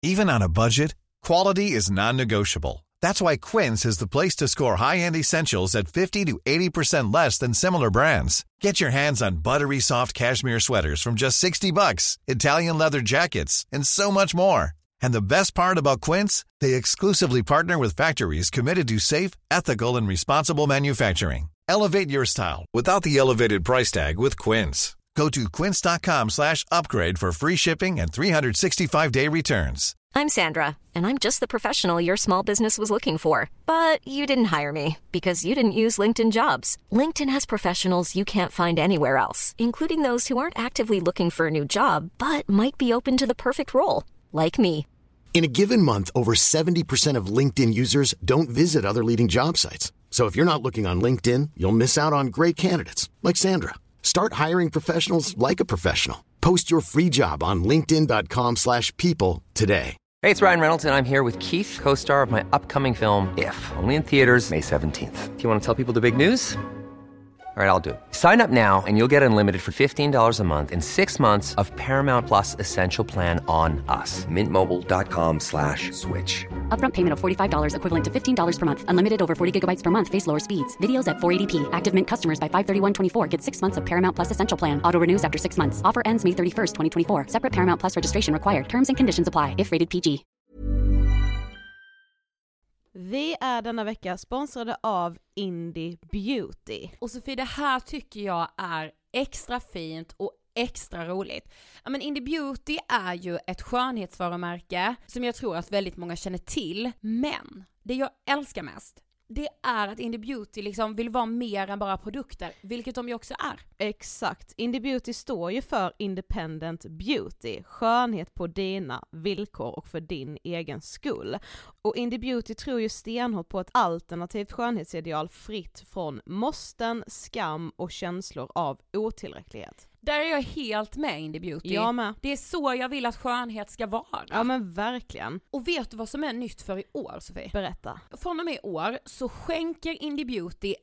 Even on a budget, quality is non-negotiable. That's why Quince is the place to score high-end essentials at 50 to 80% less than similar brands. Get your hands on buttery soft cashmere sweaters from just $60, Italian leather jackets, and so much more. And the best part about Quince, they exclusively partner with factories committed to safe, ethical, and responsible manufacturing. Elevate your style without the elevated price tag with Quince. Go to quince.com/upgrade for free shipping and 365-day returns. I'm Sandra, and I'm just the professional your small business was looking for. But you didn't hire me because you didn't use LinkedIn Jobs. LinkedIn has professionals you can't find anywhere else, including those who aren't actively looking for a new job, but might be open to the perfect role, like me. In a given month, over 70% of LinkedIn users don't visit other leading job sites. So if you're not looking on LinkedIn, you'll miss out on great candidates like Sandra. Start hiring professionals like a professional. Post your free job on linkedin.com/people today. Hey, it's Ryan Reynolds, and I'm here with Keith, co-star of my upcoming film, If, only in theaters May 17th. Do you want to tell people the big news? All right, I'll do it. Sign up now and you'll get unlimited for $15 a month and 6 months of Paramount Plus Essential Plan on us. MintMobile.com/switch. Upfront payment of $45 equivalent to $15 per month. Unlimited over 40 gigabytes per month. Face lower speeds. Videos at 480p. Active Mint customers by 531.24 get 6 months of Paramount Plus Essential Plan. Auto renews after 6 months. Offer ends May 31st, 2024. Separate Paramount Plus registration required. Terms and conditions apply if rated PG. Vi är denna vecka sponsrade av Indie Beauty. Och Sofie, det här tycker jag är extra fint och extra roligt. Ja, men Indie Beauty är ju ett skönhetsvarumärke som jag tror att väldigt många känner till. Men det jag älskar mest, det är att Indie Beauty liksom vill vara mer än bara produkter, vilket de ju också är. Exakt. Indie Beauty står ju för Independent Beauty. Skönhet på dina villkor och för din egen skull. Och Indie Beauty tror ju stenhårt på ett alternativt skönhetsideal fritt från måsten, skam och känslor av otillräcklighet. Där är jag helt med Indie Beauty. Jag med. Det är så jag vill att skönhet ska vara. Ja men verkligen. Och vet du vad som är nytt för i år, Sofie? Berätta. Från och med i år så skänker Indie Beauty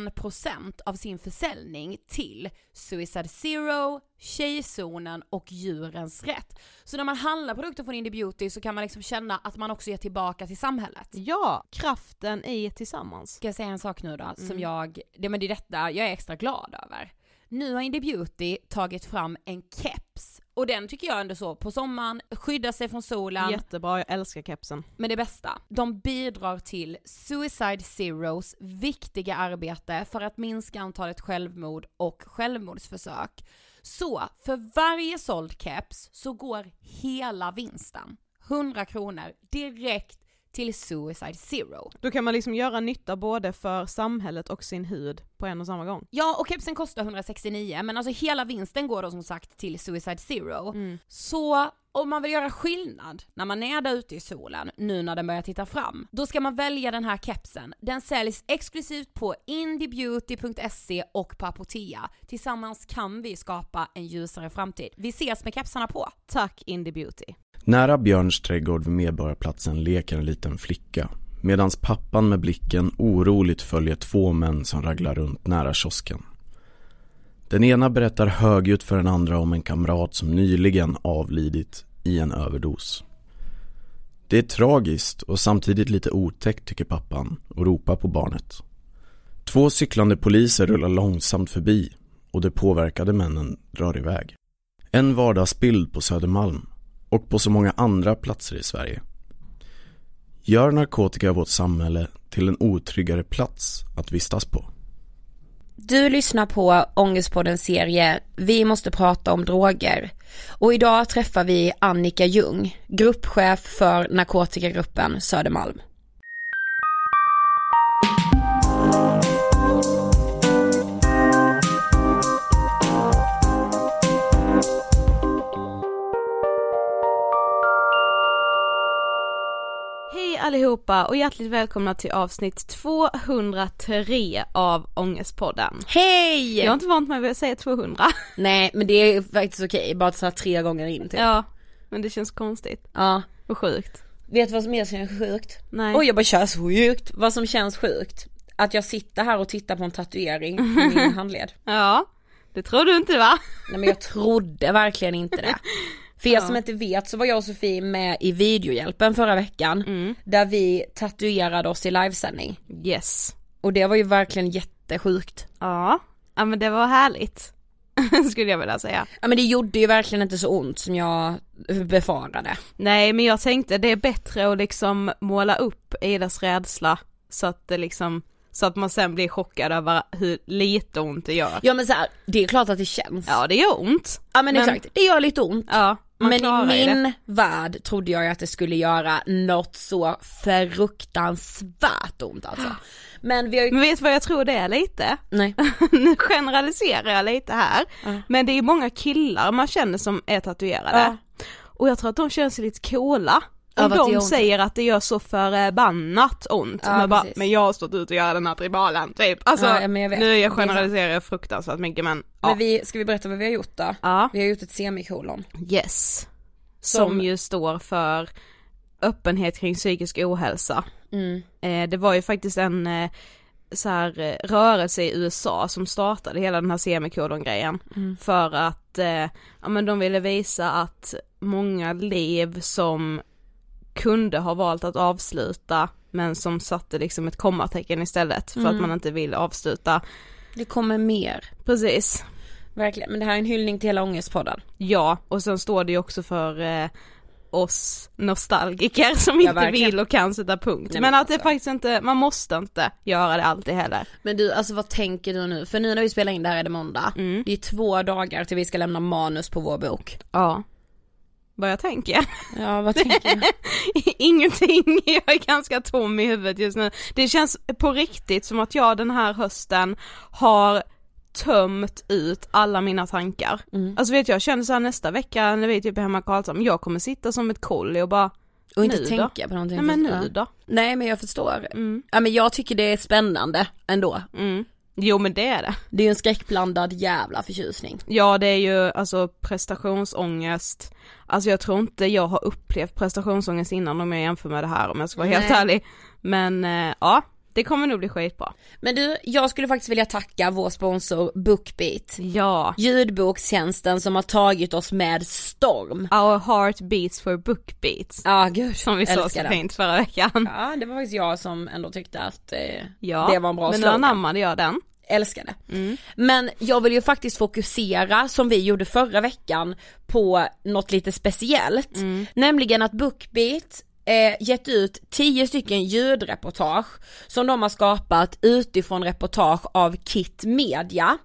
1% av sin försäljning till Suicide Zero, Tjejzonen och Djurens Rätt. Så när man handlar produkter från Indie Beauty så kan man liksom känna att man också ger tillbaka till samhället. Ja, kraften i tillsammans. Ska jag säga en sak nu då som det är detta jag är extra glad över. Nu har Indie Beauty tagit fram en keps. Och den tycker jag ändå så på sommaren, skydda sig från solen. Jättebra, jag älskar kepsen. Men det bästa, de bidrar till Suicide Zeros viktiga arbete för att minska antalet självmord och självmordsförsök. Så för varje såld keps så går hela vinsten, 100 kronor, direkt till Suicide Zero. Då kan man liksom göra nytta både för samhället och sin hud på en och samma gång. Ja, och kepsen kostar 169, men alltså hela vinsten går då som sagt till Suicide Zero. Så om man vill göra skillnad när man är där ute i solen, nu när den börjar titta fram, då ska man välja den här kepsen. Den säljs exklusivt på indiebeauty.se och på Apotea. Tillsammans kan vi skapa en ljusare framtid. Vi ses med kepsarna på. Tack Indie Beauty. Nära Björns trädgård vid Medborgarplatsen leker en liten flicka, medans pappan med blicken oroligt följer 2 män som raglar runt nära kiosken. Den ena berättar högljutt för den andra om en kamrat som nyligen avlidit i en överdos. Det är tragiskt och samtidigt lite otäckt, tycker pappan, och ropar på barnet. 2 cyklande poliser rullar långsamt förbi och de påverkade männen drar iväg. En vardagsbild på Södermalm och på så många andra platser i Sverige. Gör narkotika i vårt samhälle till en otryggare plats att vistas på. Du lyssnar på Ångestpoddens serie Vi måste prata om droger. Och idag träffar vi Annika Ljung, gruppchef för narkotikagruppen Södermalm. Hej allihopa och hjärtligt välkomna till avsnitt 203 av Ångestpodden. Hej! Jag har inte vant mig att säga 200. Nej, men det är faktiskt okej. Bara att säga 3 gånger in typ. Ja, men det känns konstigt. Ja. Och sjukt. Vet du vad som är så sjukt? Nej. Oj, jag bara känns sjukt. Vad som känns sjukt? Att jag sitter här och tittar på en tatuering på min handled. Ja, det tror du inte va? Nej, men jag trodde verkligen inte det. För er som inte vet så var jag och Sofie med i videohjälpen förra veckan. Där vi tatuerade oss i livesändning. Yes. Och det var ju verkligen jättesjukt. Ja men det var härligt. Skulle jag vilja säga. Ja men det gjorde ju verkligen inte så ont som jag befarade. Nej men jag tänkte det är bättre att liksom måla upp Idas rädsla så att det liksom, så att man sen blir chockad över hur lite ont det gör. Ja men så här, det är klart att det känns. Ja det gör ont. Ja men exakt, det gör lite ont. Ja, men i min värld trodde jag att det skulle göra något så fruktansvärt ont alltså. Men vet du vad jag tror det är lite? Nej. Nu generaliserar jag lite här. Men det är många killar man känner som är tatuerade. Och jag tror att de känner sig lite coola. Om de säger att det gör så förbannat ont. Men jag har stått ut och gör den här tribalen typ. Alltså nu jag generaliserar fruktansvärt mycket men ska vi berätta vad vi har gjort då? Vi har gjort ett semikolon. Yes. Som ju står för öppenhet kring psykisk ohälsa. Det var ju faktiskt en så här rörelse i USA som startade hela den här semikolon-grejen. För att men de ville visa att många liv som kunde ha valt att avsluta men som satte liksom ett kommatecken istället för att man inte vill avsluta. Det kommer mer. Precis. Verkligen, men det här är en hyllning till hela Ångestpodden. Ja, och sen står det ju också för oss nostalgiker som inte vill och kan sätta punkt. Nej, men att det faktiskt inte, man måste inte göra det alltid heller. Men du, alltså vad tänker du nu? För nu när vi spelar in det här är det måndag. Det är 2 dagar till vi ska lämna manus på vår bok. Ja. Vad jag tänker. Ja, vad tänker du? Ingenting, jag är ganska tom i huvudet just nu. Det känns på riktigt som att jag den här hösten har tömt ut alla mina tankar. Alltså vet jag känner så här nästa vecka när vi är typ hemma i Karlshamn, jag kommer sitta som ett kolli och bara och inte tänka på någonting. Nej men nu då? Nej men jag förstår. Ja men jag tycker det är spännande ändå. Jo men det är det. Det är ju en skräckblandad jävla förtjusning. Ja det är ju alltså prestationsångest. Alltså jag tror inte jag har upplevt prestationsångest innan om jag jämför med det här om jag ska vara helt ärlig. Men ja, det kommer nog bli skitbra. Men du, jag skulle faktiskt vilja tacka vår sponsor Bookbeat. Ja. Ljudbokstjänsten som har tagit oss med storm. Our heart beats for Bookbeat. Ja, gud. Som vi sa så fint förra veckan. Ja, det var faktiskt jag som ändå tyckte att det var en bra slogan. Men nu anammade jag den. Älskade. Men jag vill ju faktiskt fokusera som vi gjorde förra veckan på något lite speciellt. Nämligen att Bookbeat gett ut 10 stycken ljudreportage som de har skapat utifrån reportage av Kit Media.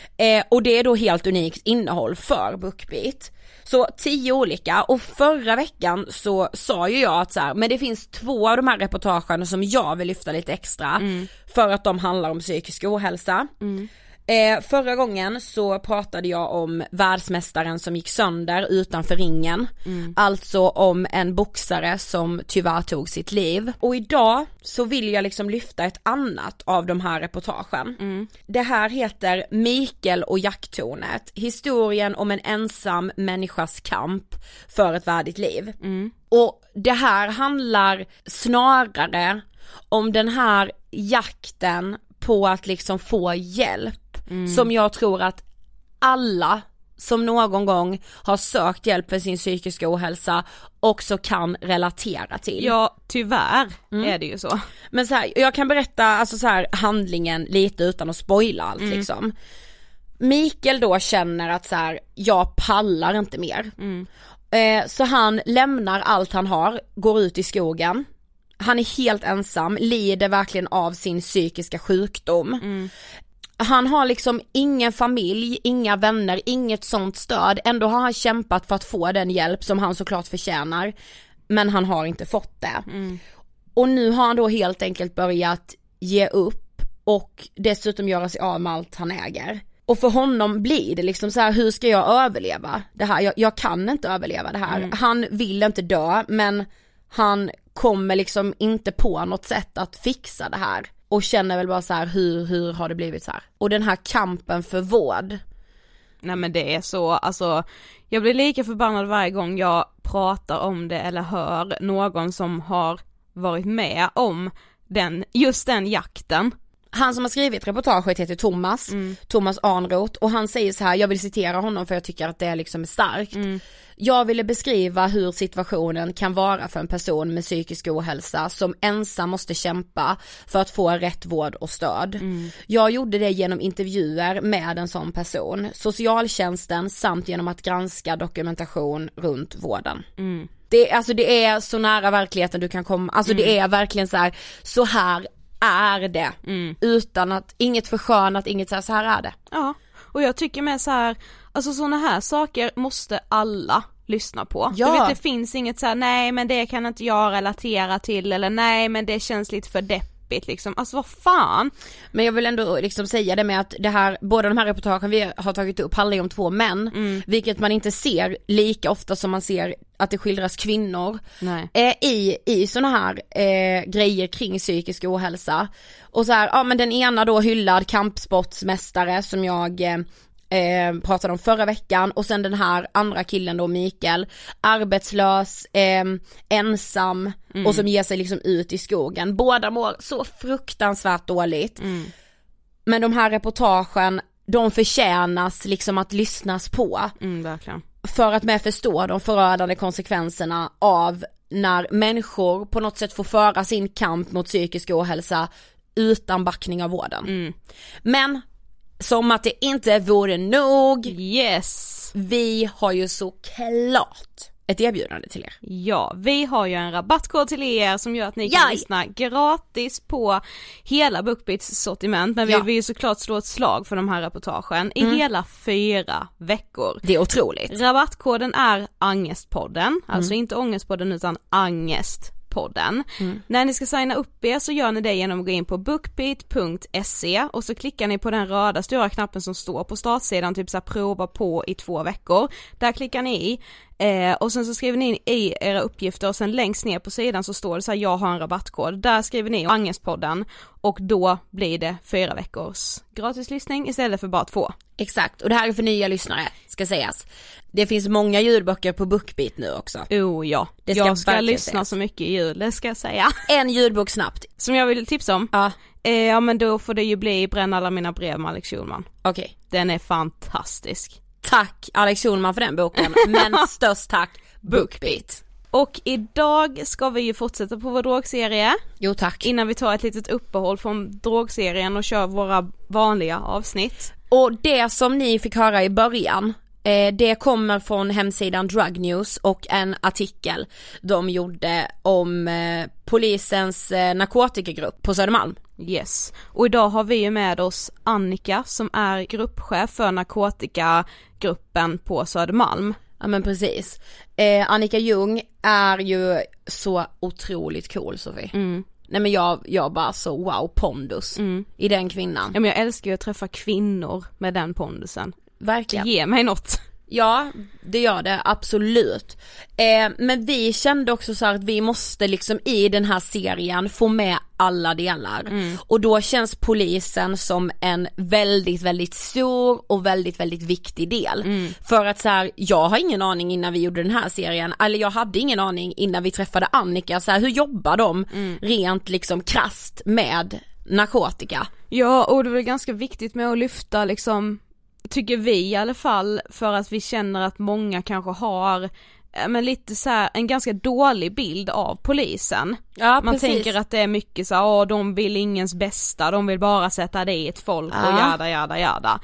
Och det är då helt unikt innehåll för Bookbeat. Så 10 olika, och förra veckan så sa ju jag att så här, men det finns 2 av de här reportagen som jag vill lyfta lite extra för att de handlar om psykisk ohälsa. Förra gången så pratade jag om världsmästaren som gick sönder utanför ringen. Alltså om en boxare som tyvärr tog sitt liv. Och idag så vill jag liksom lyfta ett annat av de här reportagen. Det här heter Mikael och jakttornet. Historien om en ensam människas kamp för ett värdigt liv. Och det här handlar snarare om den här jakten på att liksom få hjälp. Som jag tror att alla som någon gång har sökt hjälp för sin psykiska ohälsa också kan relatera till. Ja, tyvärr är det ju så. Men så här, jag kan berätta alltså så här, handlingen lite utan att spoila allt liksom. Mikael då känner att så här, jag pallar inte mer. Så han lämnar allt han har, går ut i skogen. Han är helt ensam, lider verkligen av sin psykiska sjukdom. Han har liksom ingen familj, inga vänner, inget sånt stöd. Ändå har han kämpat för att få den hjälp som han såklart förtjänar. Men han har inte fått det. Och nu har han då helt enkelt börjat ge upp och dessutom göra sig av med allt han äger. Och för honom blir det liksom så här, hur ska jag överleva det här? Jag kan inte överleva det här. Han vill inte dö, men han kommer liksom inte på något sätt att fixa det här. Och känner väl bara så här, hur har det blivit så här? Och den här kampen för vård. Nej men det är så, alltså jag blir lika förbannad varje gång jag pratar om det eller hör någon som har varit med om just den jakten. Han som har skrivit reportaget heter Thomas Arnroth, och han säger så här, jag vill citera honom för jag tycker att det liksom är starkt. Jag ville beskriva hur situationen kan vara för en person med psykisk ohälsa som ensam måste kämpa för att få rätt vård och stöd. Jag gjorde det genom intervjuer med en sån person, socialtjänsten samt genom att granska dokumentation runt vården. Det är så nära verkligheten du kan komma. Alltså det är verkligen så här är det. Utan att, inget förskönat, inget så här är det. Ja, och jag tycker med så här, alltså såna här saker måste alla lyssna på. Ja. Du vet, det finns inget så här, nej men det kan inte jag relatera till, eller nej men det känns lite för deppigt liksom. Alltså vad fan. Men jag vill ändå liksom säga det med att det här, båda de här reportagen vi har tagit upp handlar ju om 2 män, vilket man inte ser lika ofta som man ser att det skildras kvinnor i såna här grejer kring psykisk ohälsa. Och så här, ja men den ena då hyllad kampsportsmästare som jag pratade om förra veckan, och sen den här andra killen då, Mikael, arbetslös, ensam och som ger sig liksom ut i skogen. Båda mår så fruktansvärt dåligt. Men de här reportagen, de förtjänas liksom att lyssnas på. Verkligen. För att med förstå de förödande konsekvenserna av när människor på något sätt får föra sin kamp mot psykisk ohälsa utan backning av vården. Men som att det inte vore nog. Yes. Vi har ju såklart ett erbjudande till er. Ja, vi har ju en rabattkod till er som gör att ni kan lyssna gratis på hela BookBeats sortiment. Men vi vill ju såklart slå ett slag för de här reportagen i hela 4 veckor. Det är otroligt. Rabattkoden är Angestpodden, alltså inte Ångestpodden utan Angestpodden. När ni ska signa upp er så gör ni det genom att gå in på bookbeat.se och så klickar ni på den röda stora knappen som står på startsidan, typ så här, prova på i 2 veckor. Där klickar ni i och sen så skriver ni in i era uppgifter och sen längst ner på sidan så står det så här, jag har en rabattkod. Där skriver ni Angestpodden och då blir det 4 veckors gratislyssning istället för bara 2. Exakt, och det här är för nya lyssnare, ska sägas. Det finns många ljudböcker på BookBeat nu också. Ja, jag ska lyssna så mycket ljud, det ska jag säga. En ljudbok snabbt som jag vill tipsa om. Ja men då får det ju bli Bränn alla mina brev med Alex Schulman. Okej. Den är fantastisk. Tack Alex Schulman för den boken. Men störst tack BookBeat. Och idag ska vi ju fortsätta på vår drogserie. Jo tack. Innan vi tar ett litet uppehåll från drogserien och kör våra vanliga avsnitt. Och det som ni fick höra i början, det kommer från hemsidan Drug News och en artikel de gjorde om polisens narkotikagrupp på Södermalm. Yes, och idag har vi ju med oss Annika som är gruppchef för narkotikagruppen på Södermalm. Ja men precis. Annika Ljung är ju så otroligt cool, Sofie. Nej men jag bara så wow, pondus i den kvinnan. Ja men jag älskar ju att träffa kvinnor med den pondusen. Verkligen. Ge mig något. Ja, det gör det, absolut. Men vi kände också så här att vi måste liksom i den här serien få med alla delar. Och då känns polisen som en väldigt, väldigt stor och väldigt, väldigt viktig del. För att så här, jag har ingen aning innan vi gjorde den här serien, eller jag hade ingen aning innan vi träffade Annika, så här, hur jobbar de rent liksom krasst med narkotika? Ja, och det är ganska viktigt med att lyfta liksom, tycker vi i alla fall, för att vi känner att många kanske har men lite så här, en ganska dålig bild av polisen. Ja, man precis. tänker att det är mycket så här, de vill ingens bästa, de vill bara sätta dit folk och jada.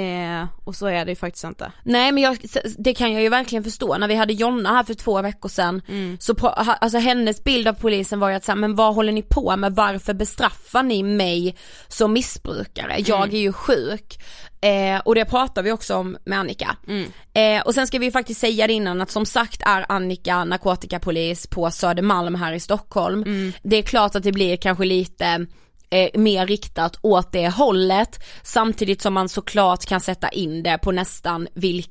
Och så är det ju faktiskt inte. Nej men det kan jag ju verkligen förstå. När vi hade Jonna här för 2 veckor sedan så alltså hennes bild av polisen var ju att säga, men vad håller ni på med? Varför bestraffar ni mig som missbrukare? Jag är ju sjuk. Och det pratar vi också om med Annika. Och sen ska vi ju faktiskt säga det innan att som sagt är Annika narkotikapolis på Södermalm här i Stockholm. Det är klart att det blir kanske lite mer riktat åt det hållet, samtidigt som man såklart kan sätta in det på nästan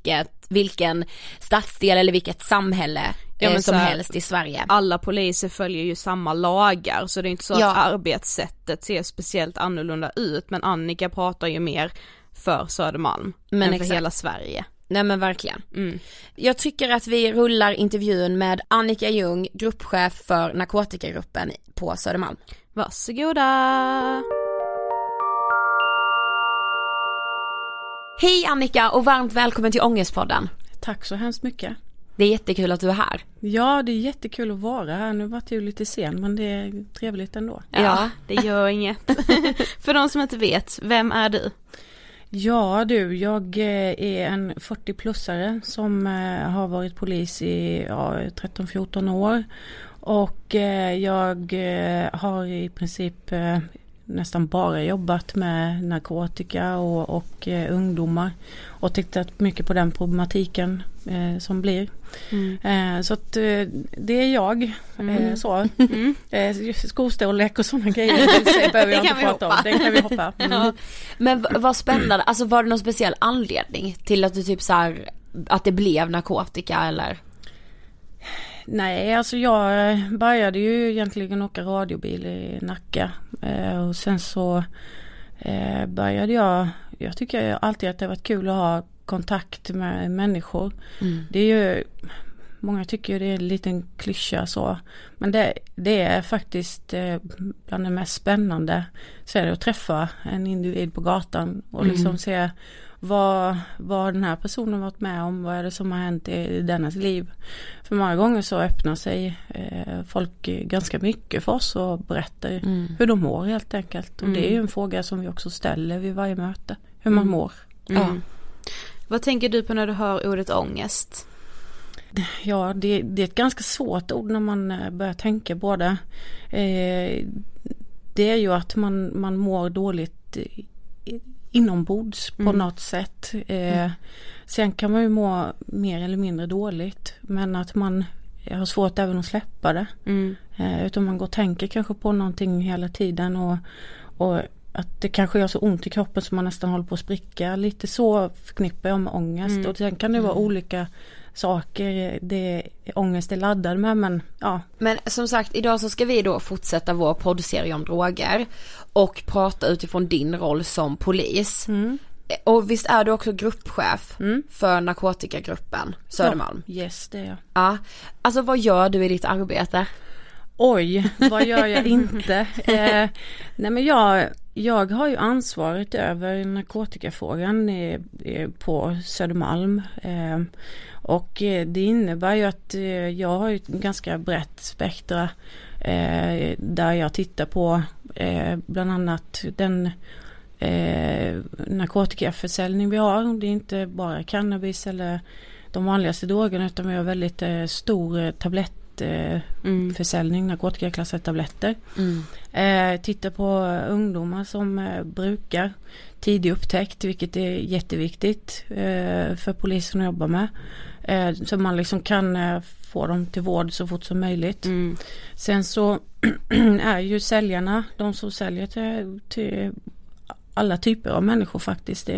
vilken stadsdel eller vilket samhälle som helst i Sverige. Alla poliser följer ju samma lagar, så det är inte så att arbetssättet ser speciellt annorlunda ut, men Annika pratar ju mer för Södermalm än för hela Sverige. Nej men verkligen. Jag tycker att vi rullar intervjun med Annika Ljung, gruppchef för narkotikagruppen på Södermalm. Varsågoda! Hej Annika och varmt välkommen till Ångestpodden. Tack så hemskt mycket. Det är jättekul att du är här. Ja, det är jättekul att vara här. Nu var det ju lite sen, men det är trevligt ändå. Ja, det gör inget. För de som inte vet, vem är du? Ja du, jag är en 40-plussare som har varit polis i 13-14 år. Och jag har i princip nästan bara jobbat med narkotika och ungdomar. Och tittat mycket på den problematiken som blir. Så att det är jag. Skostorlek och sådana grejer. Det kan vi hoppa. Det kan vi hoppa. Ja. Men vad spännande. Alltså var det någon speciell anledning till att du typ så här, att det blev narkotika eller? Nej, alltså jag började ju egentligen åka radiobil i Nacka. Och sen så började jag tycker alltid att det har varit kul att ha kontakt med människor. Det är ju, många tycker ju det är en liten klyscha så. Men det är faktiskt bland det mest spännande så är det att träffa en individ på gatan och liksom se vad den här personen varit med om, vad är det som har hänt i dennas liv. För många gånger så öppnar sig folk ganska mycket för oss och berättar hur de mår helt enkelt. Och det är ju en fråga som vi också ställer vid varje möte, hur man mår. Ja. Vad tänker du på när du hör ordet ångest? Ja, det är ett ganska svårt ord när man börjar tänka på det. Det är ju att man mår dåligt inombords på något sätt. Sen kan man ju må mer eller mindre dåligt, men att man har svårt även att släppa det. Utan man går och tänker kanske på någonting hela tiden och att det kanske gör så ont i kroppen så man nästan håller på att spricka. Lite så förknippar jag med ångest. Och sen kan det vara olika saker ångest är laddad med, men ja. Men som sagt, idag så ska vi då fortsätta vår poddserie om droger och prata utifrån din roll som polis. Och visst är du också gruppchef för narkotikagruppen Södermalm? Ja, yes, det är jag. Ja. Alltså vad gör du i ditt arbete? Oj, vad gör jag inte? Nej men jag har ju ansvaret över narkotikafrågan på Södermalm. Och det innebär ju att jag har ett ganska brett spektra där jag tittar på bland annat den narkotikaförsäljning vi har. Det är inte bara cannabis eller de vanligaste drogerna, utan vi har väldigt stor tablettförsäljning, narkotikaklassade tabletter. Titta på ungdomar som brukar, tidig upptäckt, vilket är jätteviktigt för polisen att jobba med. Så man liksom kan få dem till vård så fort som möjligt. Sen så är ju säljarna, de som säljer till alla typer av människor faktiskt,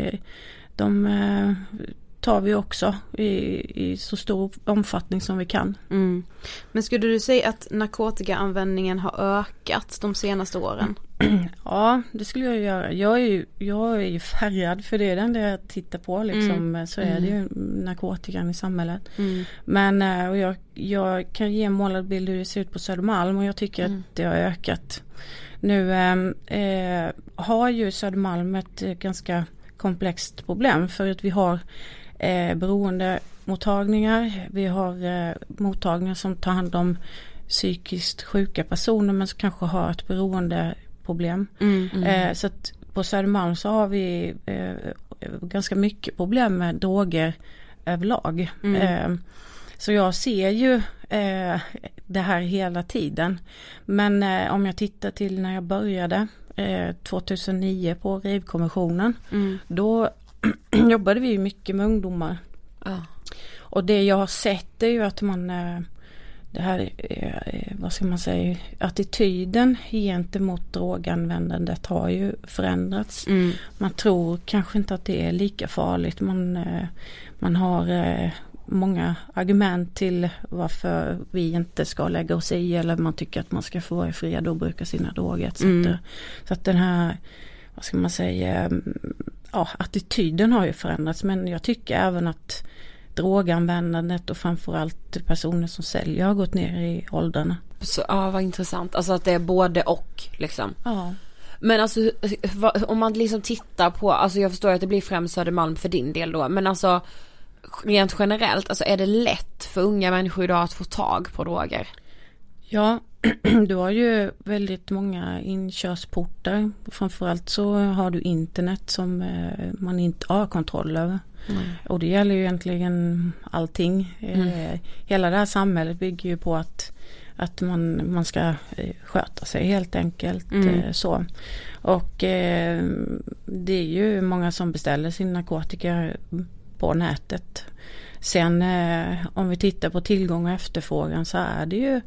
de tar vi också i så stor omfattning som vi kan. Men skulle du säga att narkotikaanvändningen har ökat de senaste åren? Ja, det skulle jag göra. Jag är ju färgad för det, den där jag tittar på liksom, så är det ju narkotikan i samhället. Men och jag kan ge en målad bild hur det ser ut på Södermalm, och jag tycker att det har ökat. Nu har ju Södermalm ett ganska komplext problem, för att vi har beroendemottagningar, vi har mottagningar som tar hand om psykiskt sjuka personer men som kanske har ett beroendeproblem. Så att på Södermalm så har vi ganska mycket problem med droger överlag. Så jag ser ju det här hela tiden. Men om jag tittar till när jag började 2009 på Rivkommissionen, då jobbade vi mycket med ungdomar. Och det jag har sett är ju att man det här, vad ska man säga, attityden gentemot droganvändandet har ju förändrats. Man tror kanske inte att det är lika farligt. Man har många argument till varför vi inte ska lägga oss i, eller man tycker att man ska få vara i fred och bruka sina droger etc. Så att den här, vad ska man säga, attityden har ju förändrats, men jag tycker även att droganvändandet och framförallt personer som säljer har gått ner i åldrarna. Så vad intressant. Alltså att det är både och liksom. Ja. Men alltså om man liksom tittar på, alltså jag förstår att det blir främst Södermalm för din del då, men alltså rent generellt, alltså är det lätt för unga människor idag att få tag på droger? Ja, du har ju väldigt många inkörsportar. Framförallt så har du internet som man inte har kontroll över. Och det gäller ju egentligen allting. Hela det här samhället bygger ju på att man ska sköta sig helt enkelt. Så. Och det är ju många som beställer sin narkotika på nätet. Sen om vi tittar på tillgång och efterfrågan så är det ju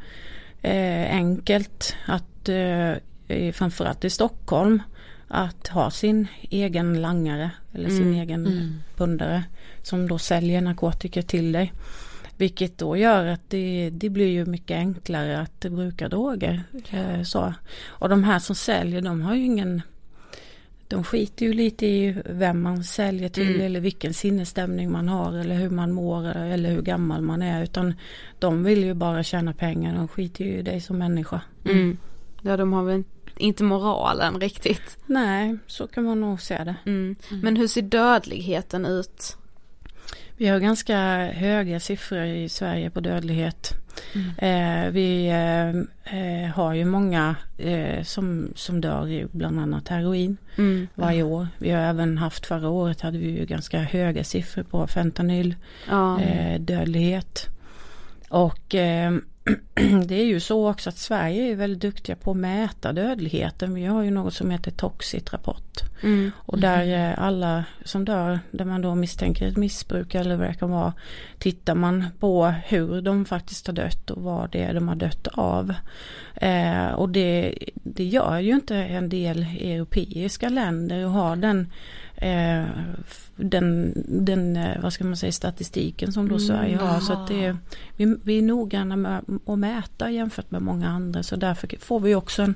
enkelt att framförallt i Stockholm att ha sin egen langare eller sin egen pundare som då säljer narkotika till dig. Vilket då gör att det blir ju mycket enklare att bruka droger. Så. Och de här som säljer, de har ju ingen... De skiter ju lite i vem man säljer till eller vilken sinnesstämning man har eller hur man mår eller hur gammal man är, utan de vill ju bara tjäna pengar. De skiter ju i dig som människa. Ja, de har väl inte moralen riktigt. Nej, så kan man nog se det. Men hur ser dödligheten ut? Vi har ganska höga siffror i Sverige på dödlighet. Vi har ju många som dör i bland annat heroin varje år. Vi har även haft, förra året hade vi ju ganska höga siffror på fentanyl dödlighet. Och det är ju så också att Sverige är väldigt duktiga på att mäta dödligheten. Vi har ju något som heter Toxit-rapport. Och där alla som dör, där man då misstänker ett missbruk eller vad det kan vara, tittar man på hur de faktiskt har dött och vad det är de har dött av. Och det gör ju inte en del europeiska länder och har den vad ska man säga, statistiken som då Sverige har. Så att vi är noggranna med att mäta jämfört med många andra, så därför får vi också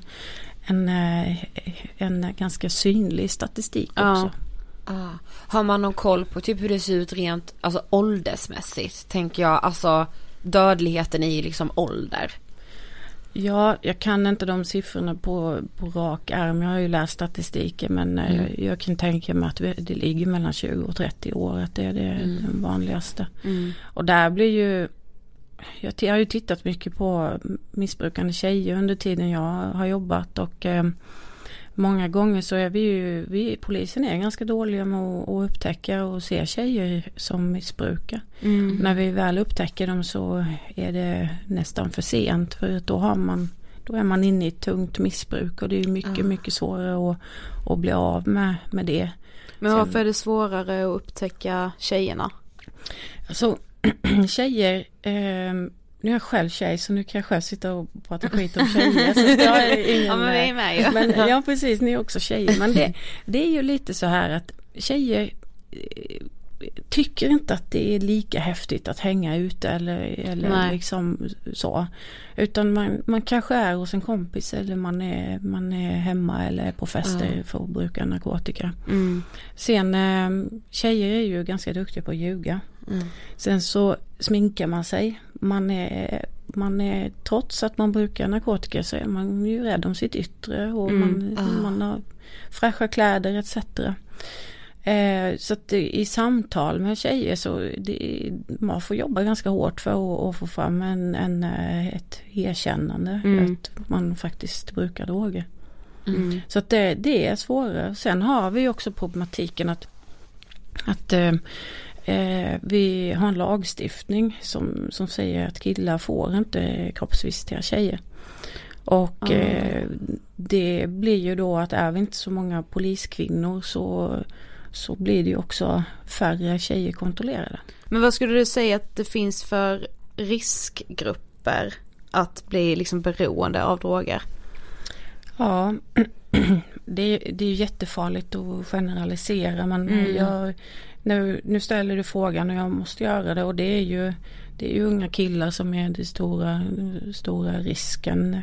en ganska synlig statistik också. Har man någon koll på typ hur det ser ut rent alltså åldersmässigt, tänker jag, alltså dödligheten i liksom ålder? Ja, jag kan inte de siffrorna på rak arm. Jag har ju läst statistiken, men jag kan tänka mig att det ligger mellan 20 och 30 år. Att det är det vanligaste. Och där blir ju... Jag har ju tittat mycket på missbrukande tjejer under tiden jag har jobbat. Och många gånger så är vi polisen är ganska dåliga med att upptäcka och se tjejer som missbrukar. När vi väl upptäcker dem så är det nästan för sent, för då är man inne i ett tungt missbruk och det är mycket svårare att bli av med det. Men varför är det svårare att upptäcka tjejerna? Alltså tjejer... Nu är jag själv tjej, så nu kan jag själv sitta och prata skit om tjejer. Så jag är ingen, men vi är med ju. Men, ja, precis, ni är också tjejer. Men det är ju lite så här att tjejer tycker inte att det är lika häftigt att hänga ute eller liksom så. Utan man kanske är hos en kompis eller man är hemma eller är på fester för att bruka narkotika. Sen tjejer är ju ganska duktiga på att ljuga. Sen så sminkar man sig. Man är trots att man brukar narkotika så är man ju rädd om sitt yttre och man har fräscha kläder etc. Så att i samtal med tjejer så man får jobba ganska hårt för att få fram ett erkännande att man faktiskt brukar droger. Så att det är svårare. Sen har vi också problematiken att vi har en lagstiftning som säger att killar får inte kroppsvisitera tjejer. Och det blir ju då att är vi inte så många poliskvinnor så blir det ju också färre tjejer kontrollerade. Men vad skulle du säga att det finns för riskgrupper att bli liksom beroende av droger? Ja, det är ju jättefarligt att generalisera, men nu ställer du frågan och jag måste göra det, och det är ju unga killar som är den stora risken.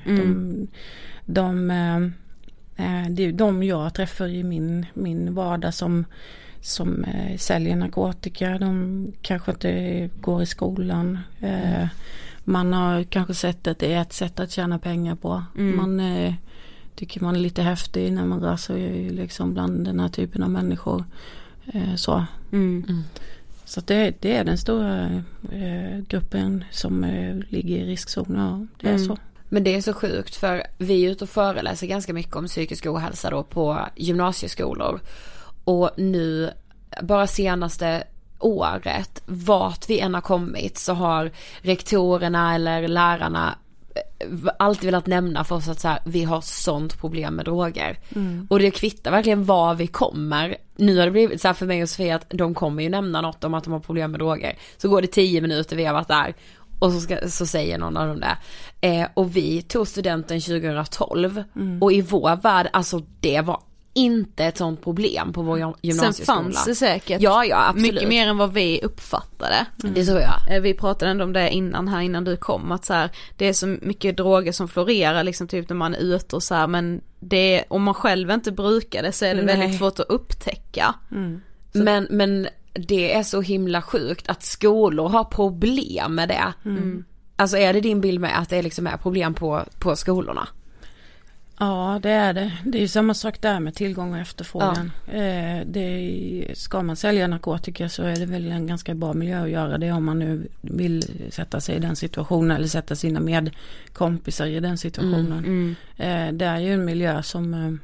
Det är de jag träffar i min vardag som säljer narkotika. De kanske inte går i skolan. Man har kanske sett att det är ett sätt att tjäna pengar på. tycker man är lite häftig när man rör sig liksom bland den här typen av människor. Så. Så det är den stora gruppen som ligger i riskzonen. Det är så. Men det är så sjukt, för vi är ute och föreläser ganska mycket om psykisk ohälsa då på gymnasieskolor. Och nu, bara senaste året, vart vi än har kommit, så har rektorerna eller lärarna alltid velat nämna för oss att så här, vi har sånt problem med droger. Och det kvittar verkligen var vi kommer. Nu har det blivit så här för mig och Sofia att de kommer ju nämna något om att de har problem med droger. Så går det 10 minuter, vi har varit där, och så säger någon av dem det. Och vi tog studenten 2012 och i vår värld, alltså det var inte ett sånt problem på vår gymnasieskola. Sen fanns det säkert absolut. Mycket mer än vad vi uppfattade. Det tror jag. Vi pratade ändå om det innan du kom, att så här, det är så mycket droger som florerar liksom, typ när man är ute och så här, men det, om man själv inte brukar det så är det väldigt svårt att upptäcka. Men det är så himla sjukt att skolor har problem med det. Alltså är det din bild med att det liksom är problem på skolorna? Ja, det är det. Det är ju samma sak där med tillgång och efterfrågan. Ska man sälja narkotika så är det väl en ganska bra miljö att göra det, om man nu vill sätta sig i den situationen eller sätta sina medkompisar i den situationen. Det är ju en miljö som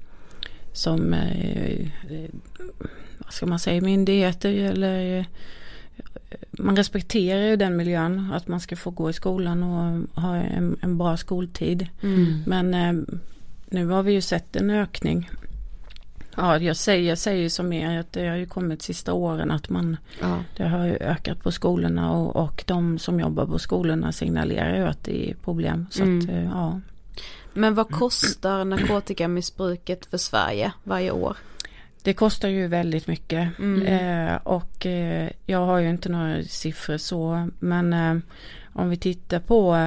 vad ska man säga, myndigheter eller man respekterar ju den miljön, att man ska få gå i skolan och ha en bra skoltid. Men nu har vi ju sett en ökning. Ja, jag säger som er att det har ju kommit sista åren att det har ju ökat på skolorna och de som jobbar på skolorna signalerar ju att det är problem. Så att, ja. Men vad kostar narkotikamissbruket för Sverige varje år? Det kostar ju väldigt mycket och jag har ju inte några siffror så, men om vi tittar på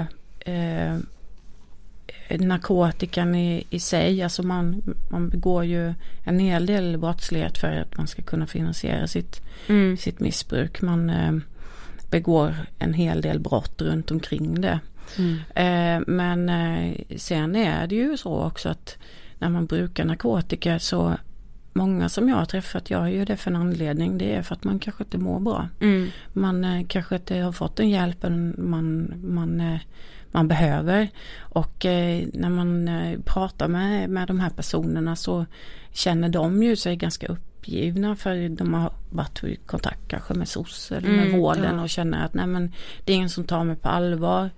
narkotikan i sig, alltså man begår ju en hel del brottslighet för att man ska kunna finansiera sitt missbruk. Man begår en hel del brott runt omkring det. Men sen är det ju så också att när man brukar narkotika, så många som jag har träffat, jag gör det för en anledning. Det är för att man kanske inte mår bra. Man kanske inte har fått den hjälpen man behöver. Och när man pratar med de här personerna så känner de ju sig ganska uppgivna, för de har varit i kontakt kanske med SOS eller med vården och känner att nej, men det är ingen som tar mig på allvar.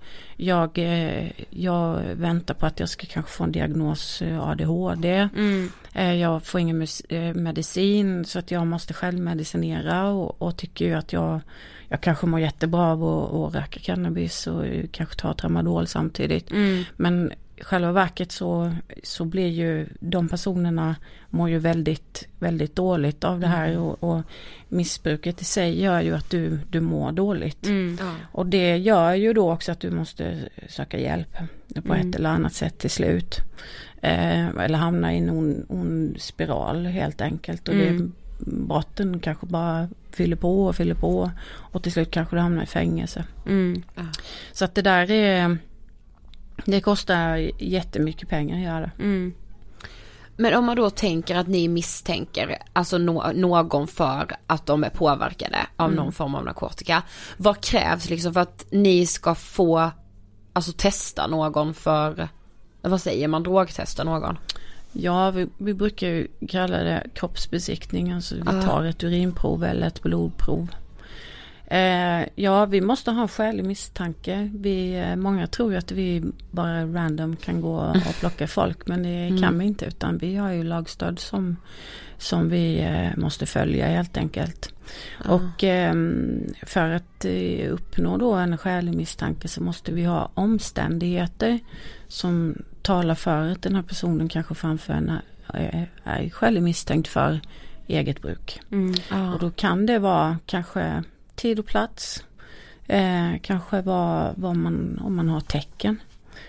Jag väntar på att jag ska kanske få en diagnos ADHD. Jag får ingen medicin, så att jag måste själv medicinera och tycker ju att jag kanske mår jättebra av att röka cannabis och kanske ta tramadol samtidigt. Men själva verket så blir ju de personerna mår ju väldigt, väldigt dåligt av det här och missbruket i sig gör ju att du mår dåligt. Och det gör ju då också att du måste söka hjälp på ett eller annat sätt till slut. Eller hamna i en spiral helt enkelt. Och brotten kanske bara fyller på och till slut kanske du hamnar i fängelse. Så att det där det kostar jättemycket pengar att göra. Men om man då tänker att ni misstänker alltså någon för att de är påverkade av någon form av narkotika, vad krävs liksom för att ni ska få alltså testa någon för, vad säger man, drogtesta någon? Ja, vi brukar ju kalla det kroppsbesiktning, alltså vi tar ett urinprov eller ett blodprov. Ja, vi måste ha skälig misstanke. Många tror ju att vi bara random kan gå och plocka folk, men det kan vi inte, utan vi har ju lagstöd som vi måste följa helt enkelt. Och för att uppnå då en skälig misstanke så måste vi ha omständigheter som talar för att den här personen kanske framför är skälig misstänkt för eget bruk. Och då kan det vara kanske tid och plats, kanske om man har tecken.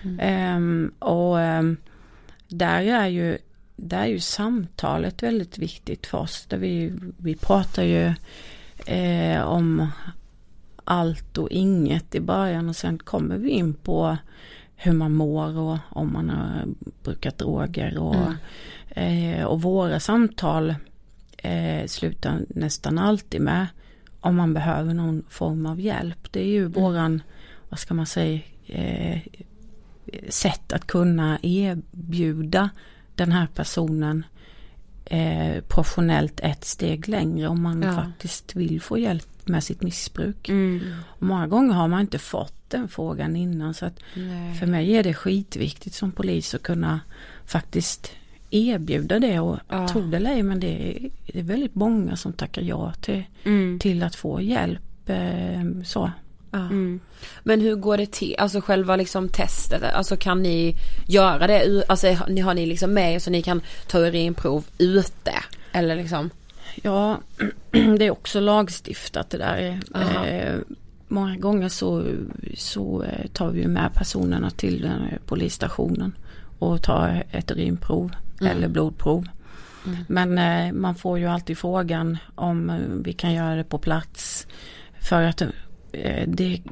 Där är ju samtalet väldigt viktigt för oss. Där vi pratar ju om allt och inget i början, och sen kommer vi in på hur man mår och om man har brukat droger och våra samtal slutar nästan alltid med om man behöver någon form av hjälp. Det är ju våran, vad ska man säga, sätt att kunna erbjuda den här personen professionellt ett steg längre om man faktiskt vill få hjälp med sitt missbruk. Och många gånger har man inte fått den frågan innan, så att för mig är det skitviktigt som polis att kunna faktiskt erbjuda det, och tro det eller ej, men det är väldigt många som tackar ja till att få hjälp så. Men hur går det till, alltså själva liksom testet, alltså kan ni göra det, alltså har ni liksom med så ni kan ta urinprov ute eller liksom? Ja, det är också lagstiftat det där. Många gånger så tar vi med personerna till den polisstationen och tar ett urinprov eller blodprov. Men man får ju alltid frågan om vi kan göra det på plats, för att det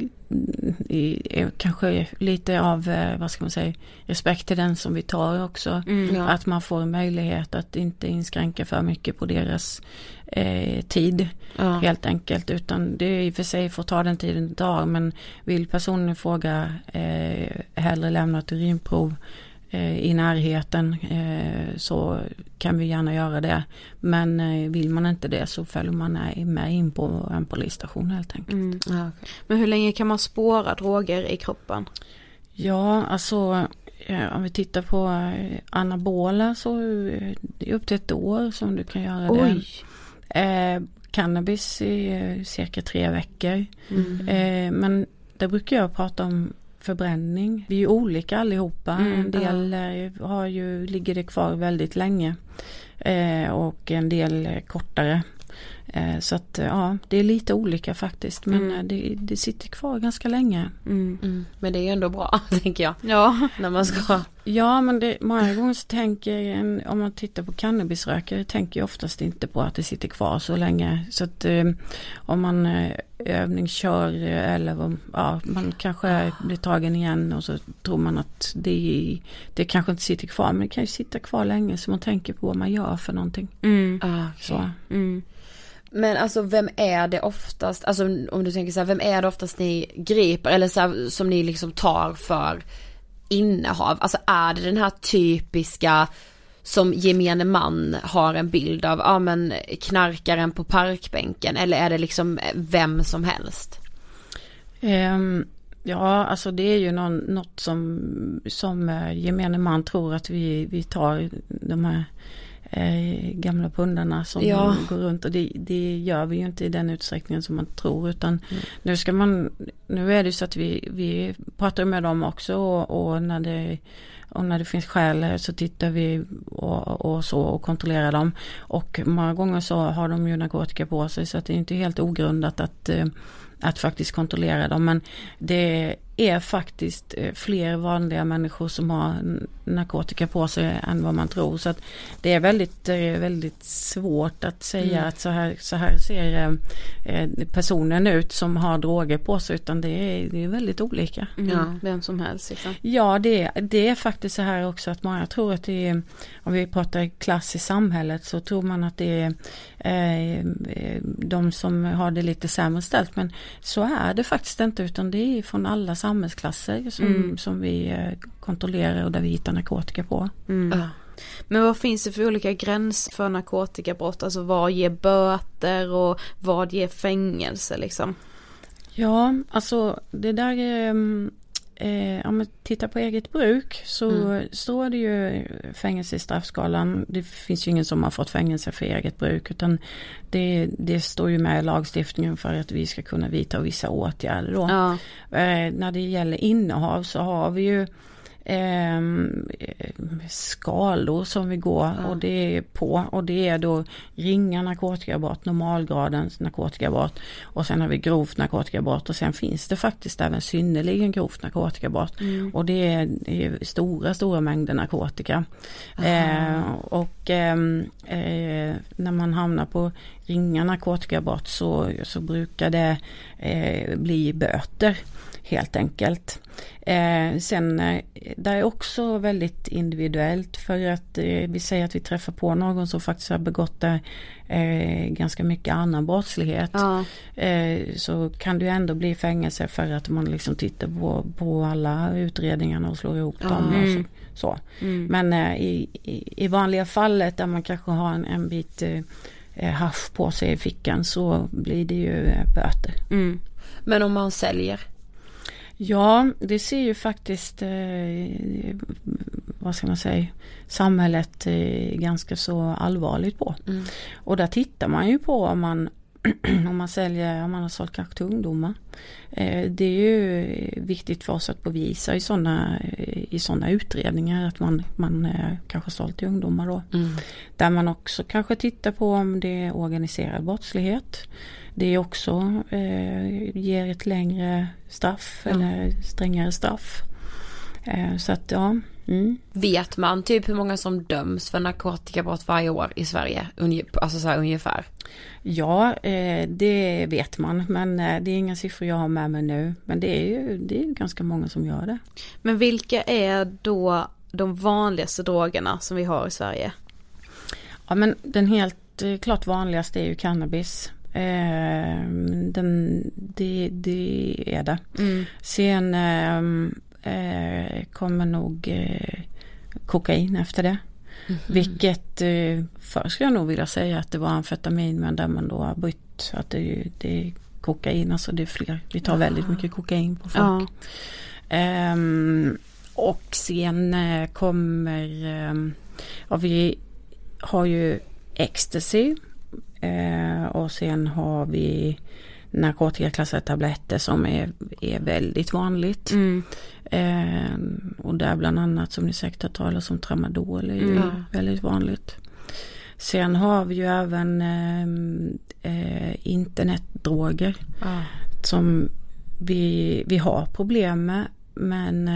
är kanske lite av, vad ska man säga, respekt till den som vi tar också. Att man får en möjlighet att inte inskränka för mycket på deras tid helt enkelt, utan det är i och för sig får ta den tiden det tar, men vill personen fråga hellre lämna ett urinprov i närheten så kan vi gärna göra det, men vill man inte det så följer man med in på en polisstation helt enkelt. Okay. Men hur länge kan man spåra droger i kroppen? Ja, alltså om vi tittar på anabola så det är upp till 1 år som du kan göra det. Cannabis är cirka 3 veckor. Men det brukar jag prata om förbränning. Vi är ju olika allihopa. En del ligger det kvar väldigt länge och en del kortare. Så att det är lite olika faktiskt, men det sitter kvar ganska länge. Men det är ändå bra, tänker jag. Ja, när man ska. Ja, men många gånger så tänker om man tittar på cannabisrökare tänker jag oftast inte på att det sitter kvar så länge. Så att om man övningskör eller man kanske blir tagen igen och så tror man att det kanske inte sitter kvar, men det kan ju sitta kvar länge, så man tänker på vad man gör för någonting. Så. Men alltså vem är det oftast, alltså om du tänker så här, vem är det oftast ni griper eller så här, som ni liksom tar för innehav? Alltså är det den här typiska som gemene man har en bild av, men knarkaren på parkbänken, eller är det liksom vem som helst? Ja, alltså det är ju något som gemene man tror att vi tar de här gamla pundarna som går runt, och det gör vi ju inte i den utsträckningen som man tror, utan nu är det så att vi pratar med dem också, och när det finns skäl så tittar vi och kontrollerar dem, och många gånger så har de ju narkotika på sig, så att det är inte helt ogrundat att faktiskt kontrollera dem, men det är faktiskt fler vanliga människor som har narkotika på sig än vad man tror, så att det är väldigt, väldigt svårt att säga att så här ser personen ut som har droger på sig, utan det är väldigt olika. Vem som helst liksom. Ja, det är faktiskt så här också att många tror att det är, om vi pratar klass i samhället, så tror man att det är de som har det lite sämre ställt, men så är det faktiskt inte, utan det är från alla samhällsklasser som vi kontrollerar och där vi hittar narkotika på. Men vad finns det för olika gränser för narkotikabrott? Alltså vad ger böter och vad ger fängelse liksom? Ja, alltså det där om man tittar på eget bruk så står det ju fängelse i straffskalan. Det finns ju ingen som har fått fängelse för eget bruk, utan det står ju med i lagstiftningen för att vi ska kunna vidta vissa åtgärder då. När det gäller innehav så har vi ju skalor som vi går och det är då ringa narkotikabrott, normalgradens narkotikabrott, och sen har vi grovt narkotikabrott, och sen finns det faktiskt även synnerligen grovt narkotikabrott, och det är stora mängder narkotika. När man hamnar på ringa narkotikabrott så brukar det bli böter helt enkelt. Sen det är också väldigt individuellt, för att vi säger att vi träffar på någon som faktiskt har begått ganska mycket annan brottslighet. Ja. Så kan det ju ändå bli fängelse för att man liksom tittar på alla utredningarna och slår ihop dem. Och så. Men i vanliga fallet där man kanske har en bit hasch på sig i fickan, så blir det ju böter. Men om man säljer? Ja, det ser ju faktiskt vad ska man säga, samhället ganska så allvarligt på. Och där tittar man ju på om man har sålt kanske till ungdomar. Det är ju viktigt för oss att bevisa i sådana utredningar att man kanske sålt till ungdomar då. Där man också kanske tittar på om det är organiserad brottslighet. Det är också ger ett längre straff eller strängare straff. Så att ja. Vet man typ hur många som döms för narkotikabrott varje år i Sverige? Alltså så här ungefär. Ja, det vet man, men det är inga siffror jag har med mig nu. Men det är ju ganska många som gör det. Men vilka är då de vanligaste drogerna som vi har i Sverige? Ja, men den helt klart vanligaste är ju cannabis. Det är det. Sen kommer nog kokain efter det. Vilket först skulle jag nog vilja säga att det var amfetamin, men där man då har bytt att det är kokain, alltså det är fler. Vi tar väldigt mycket kokain på folk. Och sen kommer vi har ju ecstasy, och sen har vi narkotikaklassade tabletter som är väldigt vanligt. Och där bland annat, som ni säkert har talat om, tramadol är ju väldigt vanligt. Sen har vi ju även internetdroger som vi har problem med, men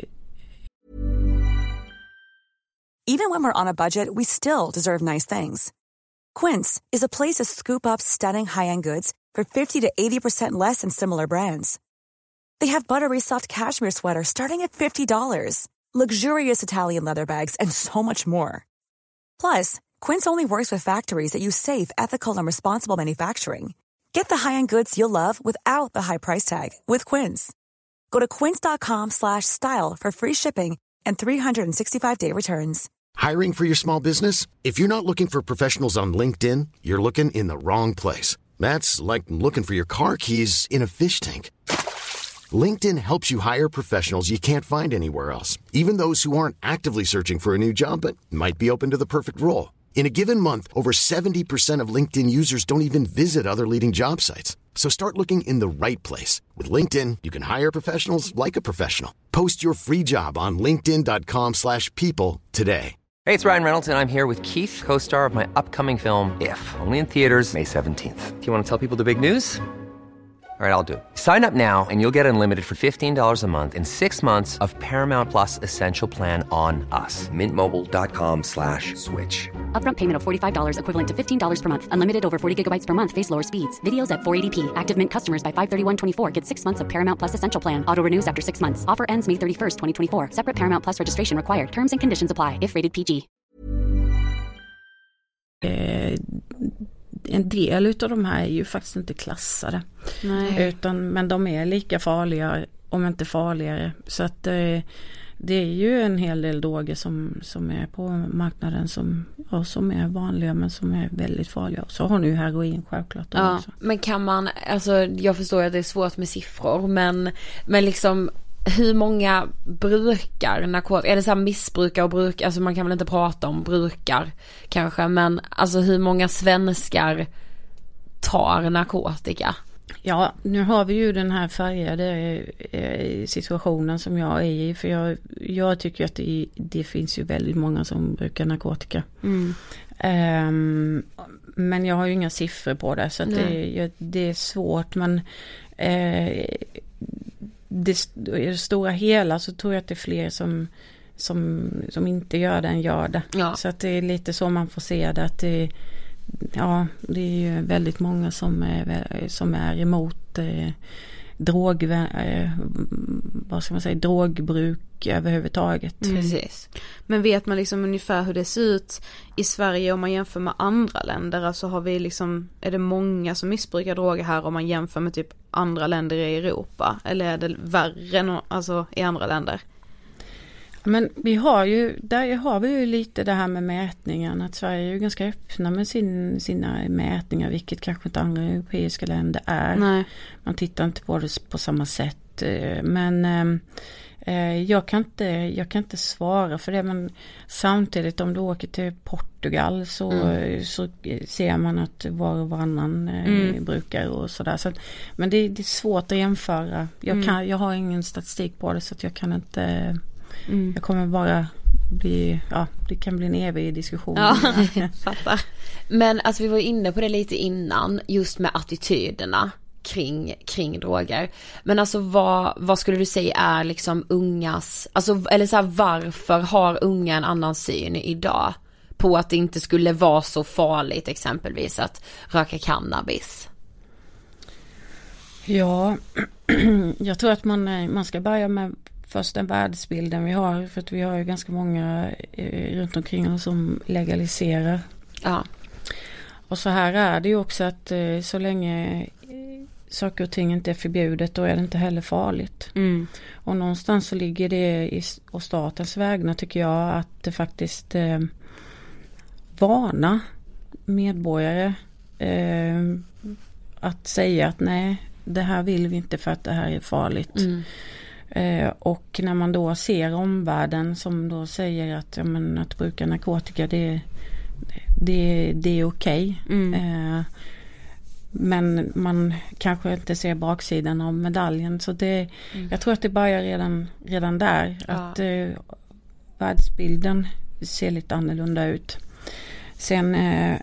Even when we're on a budget, we still deserve nice things. Quince is a place to scoop up stunning high-end goods for 50 to 80% less than similar brands. They have buttery soft cashmere sweaters starting at $50, luxurious Italian leather bags, and so much more. Plus, Quince only works with factories that use safe, ethical, and responsible manufacturing. Get the high-end goods you'll love without the high price tag with Quince. Go to quince.com/style for free shipping and 365-day returns. Hiring for your small business? If you're not looking for professionals on LinkedIn, you're looking in the wrong place. That's like looking for your car keys in a fish tank. LinkedIn helps you hire professionals you can't find anywhere else, even those who aren't actively searching for a new job but might be open to the perfect role. In a given month, over 70% of LinkedIn users don't even visit other leading job sites. So start looking in the right place. With LinkedIn, you can hire professionals like a professional. Post your free job on linkedin.com/people today. Hey, it's Ryan Reynolds, and I'm here with Keith, co-star of my upcoming film, If, only in theaters May 17th. Do you want to tell people the big news? All right, I'll do it. Sign up now and you'll get unlimited for $15 a month and 6 months of Paramount Plus Essential Plan on us. MintMobile.com/switch. Upfront payment of $45 equivalent to $15 per month. Unlimited over 40 gigabytes per month. Face lower speeds. Videos at 480p. Active Mint customers by 531.24 get 6 months of Paramount Plus Essential Plan. Auto renews after 6 months. Offer ends May 31st, 2024. Separate Paramount Plus registration required. Terms and conditions apply if rated PG. En del utav de här är ju faktiskt inte klassade. Nej. Men de är lika farliga, om inte farligare. Så att det är ju en hel del droger som är på marknaden som är vanliga men som är väldigt farliga. Så har nu heroin självklart också. Men kan man, alltså jag förstår att det är svårt med siffror, men liksom hur många brukar narkotika? Är det så här missbrukar och bruk? Alltså man kan väl inte prata om brukar kanske, men alltså hur många svenskar tar narkotika? Ja, nu har vi ju den här färgade situationen som jag är i, för jag tycker att det finns ju väldigt många som brukar narkotika. Men jag har ju inga siffror på det, så att det är svårt, men i det stora hela så tror jag att det är fler som inte gör det än gör det. Ja. Så att det är lite så man får se det, att det är ju väldigt många som är emot drogbruk överhuvudtaget. Precis. Men vet man liksom ungefär hur det ser ut i Sverige om man jämför med andra länder? Alltså har vi liksom, är det många som missbrukar droger här om man jämför med typ andra länder i Europa? Eller är det värre alltså, i andra länder? Men vi har ju lite det här med mätningarna, att Sverige är ju ganska öppna med sina mätningar, vilket kanske inte andra europeiska länder är. Nej. Man tittar inte på det på samma sätt, men jag kan inte svara för det, men samtidigt om du åker till Portugal så ser man att var och varannan brukar och sådär. Så, men det är svårt att jämföra. Jag har ingen statistik på det, så att jag kan inte... Jag kommer bara det kan bli en evig diskussion. Ja, fattar. Men alltså vi var inne på det lite innan, just med attityderna kring droger. Men alltså vad skulle du säga är liksom ungas, alltså, eller så här, varför har unga en annan syn idag på att det inte skulle vara så farligt exempelvis att röka cannabis? Ja, jag tror att man ska börja med först den världsbilden vi har, för att vi har ju ganska många runt omkring oss som legaliserar. Ja. Och så här är det ju också, att så länge saker och ting inte är förbjudet, då är det inte heller farligt. Och någonstans så ligger det och statens vägnar, tycker jag, att det faktiskt varna medborgare att säga att nej, det här vill vi inte för att det här är farligt. Och när man då ser omvärlden som då säger att att bruka narkotika det är okej. Men man kanske inte ser baksidan av medaljen, så jag tror att det börjar redan där, att världsbilden ser lite annorlunda ut. Sen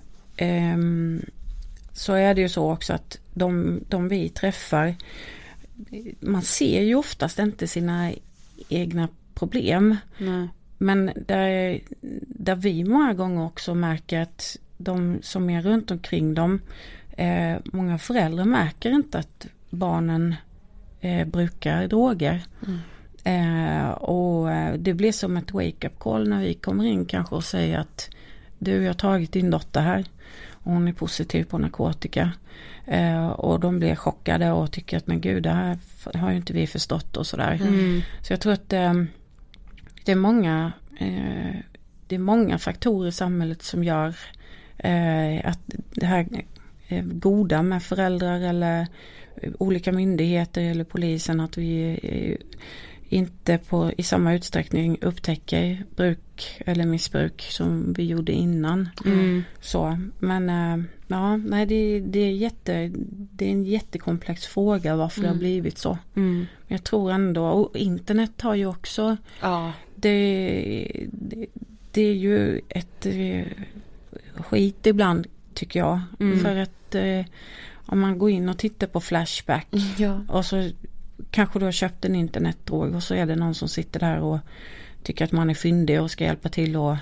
så är det ju så också att de vi träffar, man ser ju oftast inte sina egna problem. Nej. Men där vi många gånger också märker att de som är runt omkring dem, många föräldrar märker inte att barnen brukar droger. Och det blir som ett wake-up call när vi kommer in kanske och säger att du, har tagit din dotter här och hon är positiv på narkotika. Och de blir chockade och tycker att men gud, det här har ju inte vi förstått och sådär. Så jag tror att det är många faktorer i samhället som gör att det här goda med föräldrar eller olika myndigheter eller polisen, att vi inte i samma utsträckning upptäcker bruk eller missbruk som vi gjorde innan. Så, men det är en jättekomplex fråga varför det har blivit så. Men jag tror ändå, och internet har ju också det är ju ett skit ibland, tycker jag. För att om man går in och tittar på Flashback och så kanske du har köpt en internetdrog och så är det någon som sitter där och tycker att man är fyndig och ska hjälpa till och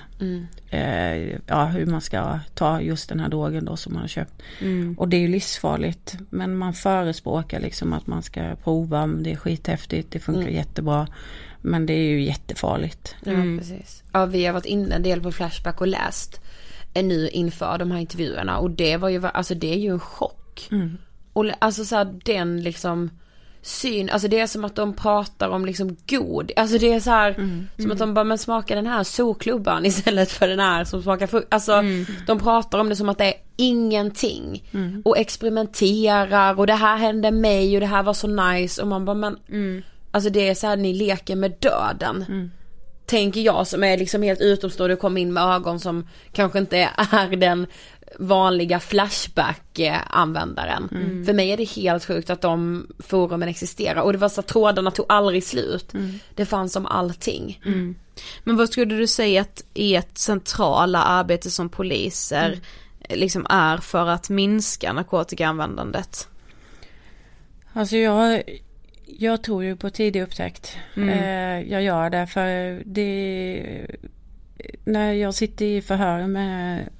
hur man ska ta just den här drogen då som man har köpt. Och det är ju livsfarligt, men man förespråkar liksom att man ska prova, det är skithäftigt, det funkar jättebra, men det är ju jättefarligt. Ja, precis. Ja, vi har varit inne en del på Flashback och läst nu inför de här intervjuerna, och det var ju, alltså det är ju en chock. Och alltså så här, den liksom syn, alltså det är som att de pratar om liksom god, alltså det är så här som att de bara, men smaka den här såklubban istället för den här som smakar frukt, alltså de pratar om det som att det är ingenting och experimenterar och det här hände mig och det här var så nice, och man bara, men alltså det är så här, ni leker med döden. Tänker jag, som är liksom helt utomstående och kommer in med ögon som kanske inte är den vanliga Flashback-användaren. För mig är det helt sjukt att de forumen existerar, och det var så att trådarna tog aldrig slut. Det fanns om allting. Men vad skulle du säga att ert centrala arbete som poliser liksom är för att minska narkotikaanvändandet? Alltså jag tror ju på tidig upptäckt. Jag gör det, för det när jag sitter i förhör med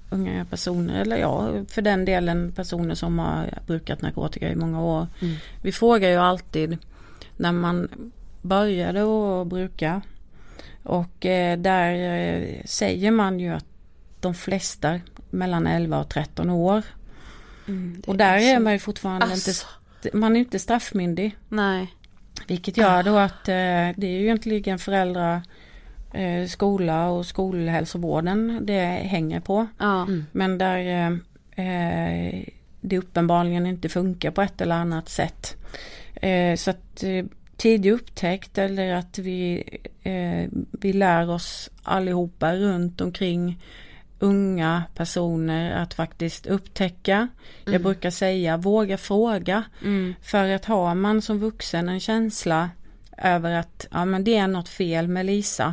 unga personer, eller för den delen personer som har brukat narkotika i många år. Vi frågar ju alltid när man började att bruka, och där säger man ju att de flesta mellan 11 och 13 år. Och där är man ju fortfarande man är inte straffmyndig. Nej. Vilket gör då att det är ju egentligen föräldrar, skola och skolhälsovården det hänger på. Men där det uppenbarligen inte funkar på ett eller annat sätt. Så att tidig upptäckt, eller att vi lär oss allihopa runt omkring unga personer att faktiskt upptäcka. Jag brukar säga våga fråga. För att har man som vuxen en känsla över att men det är något fel med Lisa.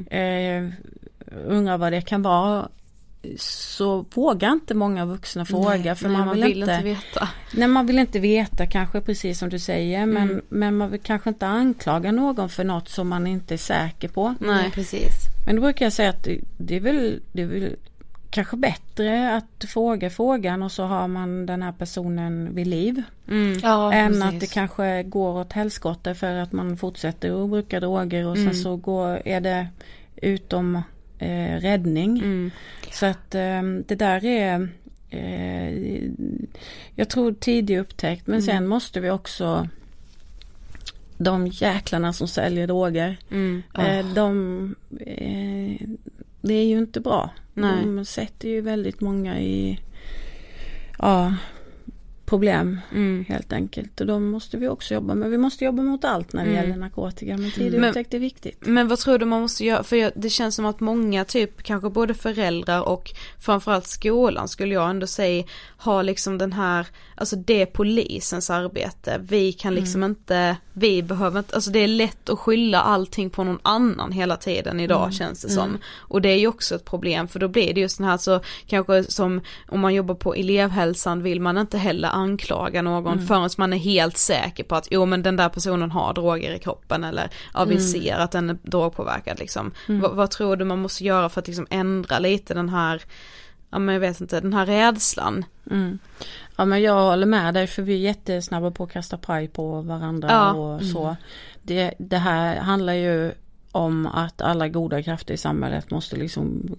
Undrar vad det kan vara, så vågar inte många vuxna fråga. För man vill inte veta. Nej, man vill inte veta, kanske precis som du säger. Men man vill kanske inte anklaga någon för något som man inte är säker på. Nej, precis. Men då brukar jag säga att det är väl kanske bättre att fråga frågan, och så har man den här personen vid liv. Än att det kanske går åt helskotta för att man fortsätter att bruka droger, och sen så är det utom räddning. Så att det där är jag tror tidig upptäckt. Men sen måste vi också, de jäklarna som säljer droger, det är ju inte bra. De sätter ju väldigt många i problem helt enkelt. Och de måste vi också jobba med. Vi måste jobba mot allt när det gäller narkotika. Men tidig upptäckt är viktigt. Men vad tror du man måste göra? För det känns som att många kanske både föräldrar och framförallt skolan, skulle jag ändå säga, har liksom den här, alltså det är polisens arbete. Vi kan liksom inte, vi behöver inte, alltså det är lätt att skylla allting på någon annan hela tiden idag, känns det som. Och det är ju också ett problem, för då blir det just den här, så kanske som om man jobbar på elevhälsan vill man inte heller anklaga någon förrän man är helt säker på att men den där personen har droger i kroppen, eller vi ser att den är drogpåverkad liksom. Vad tror du man måste göra för att liksom ändra lite den här, men jag vet inte, den här rädslan? Ja, men jag håller med dig, för vi är jättesnabba på att kasta paj på varandra och så. Det här handlar ju om att alla goda krafter i samhället måste liksom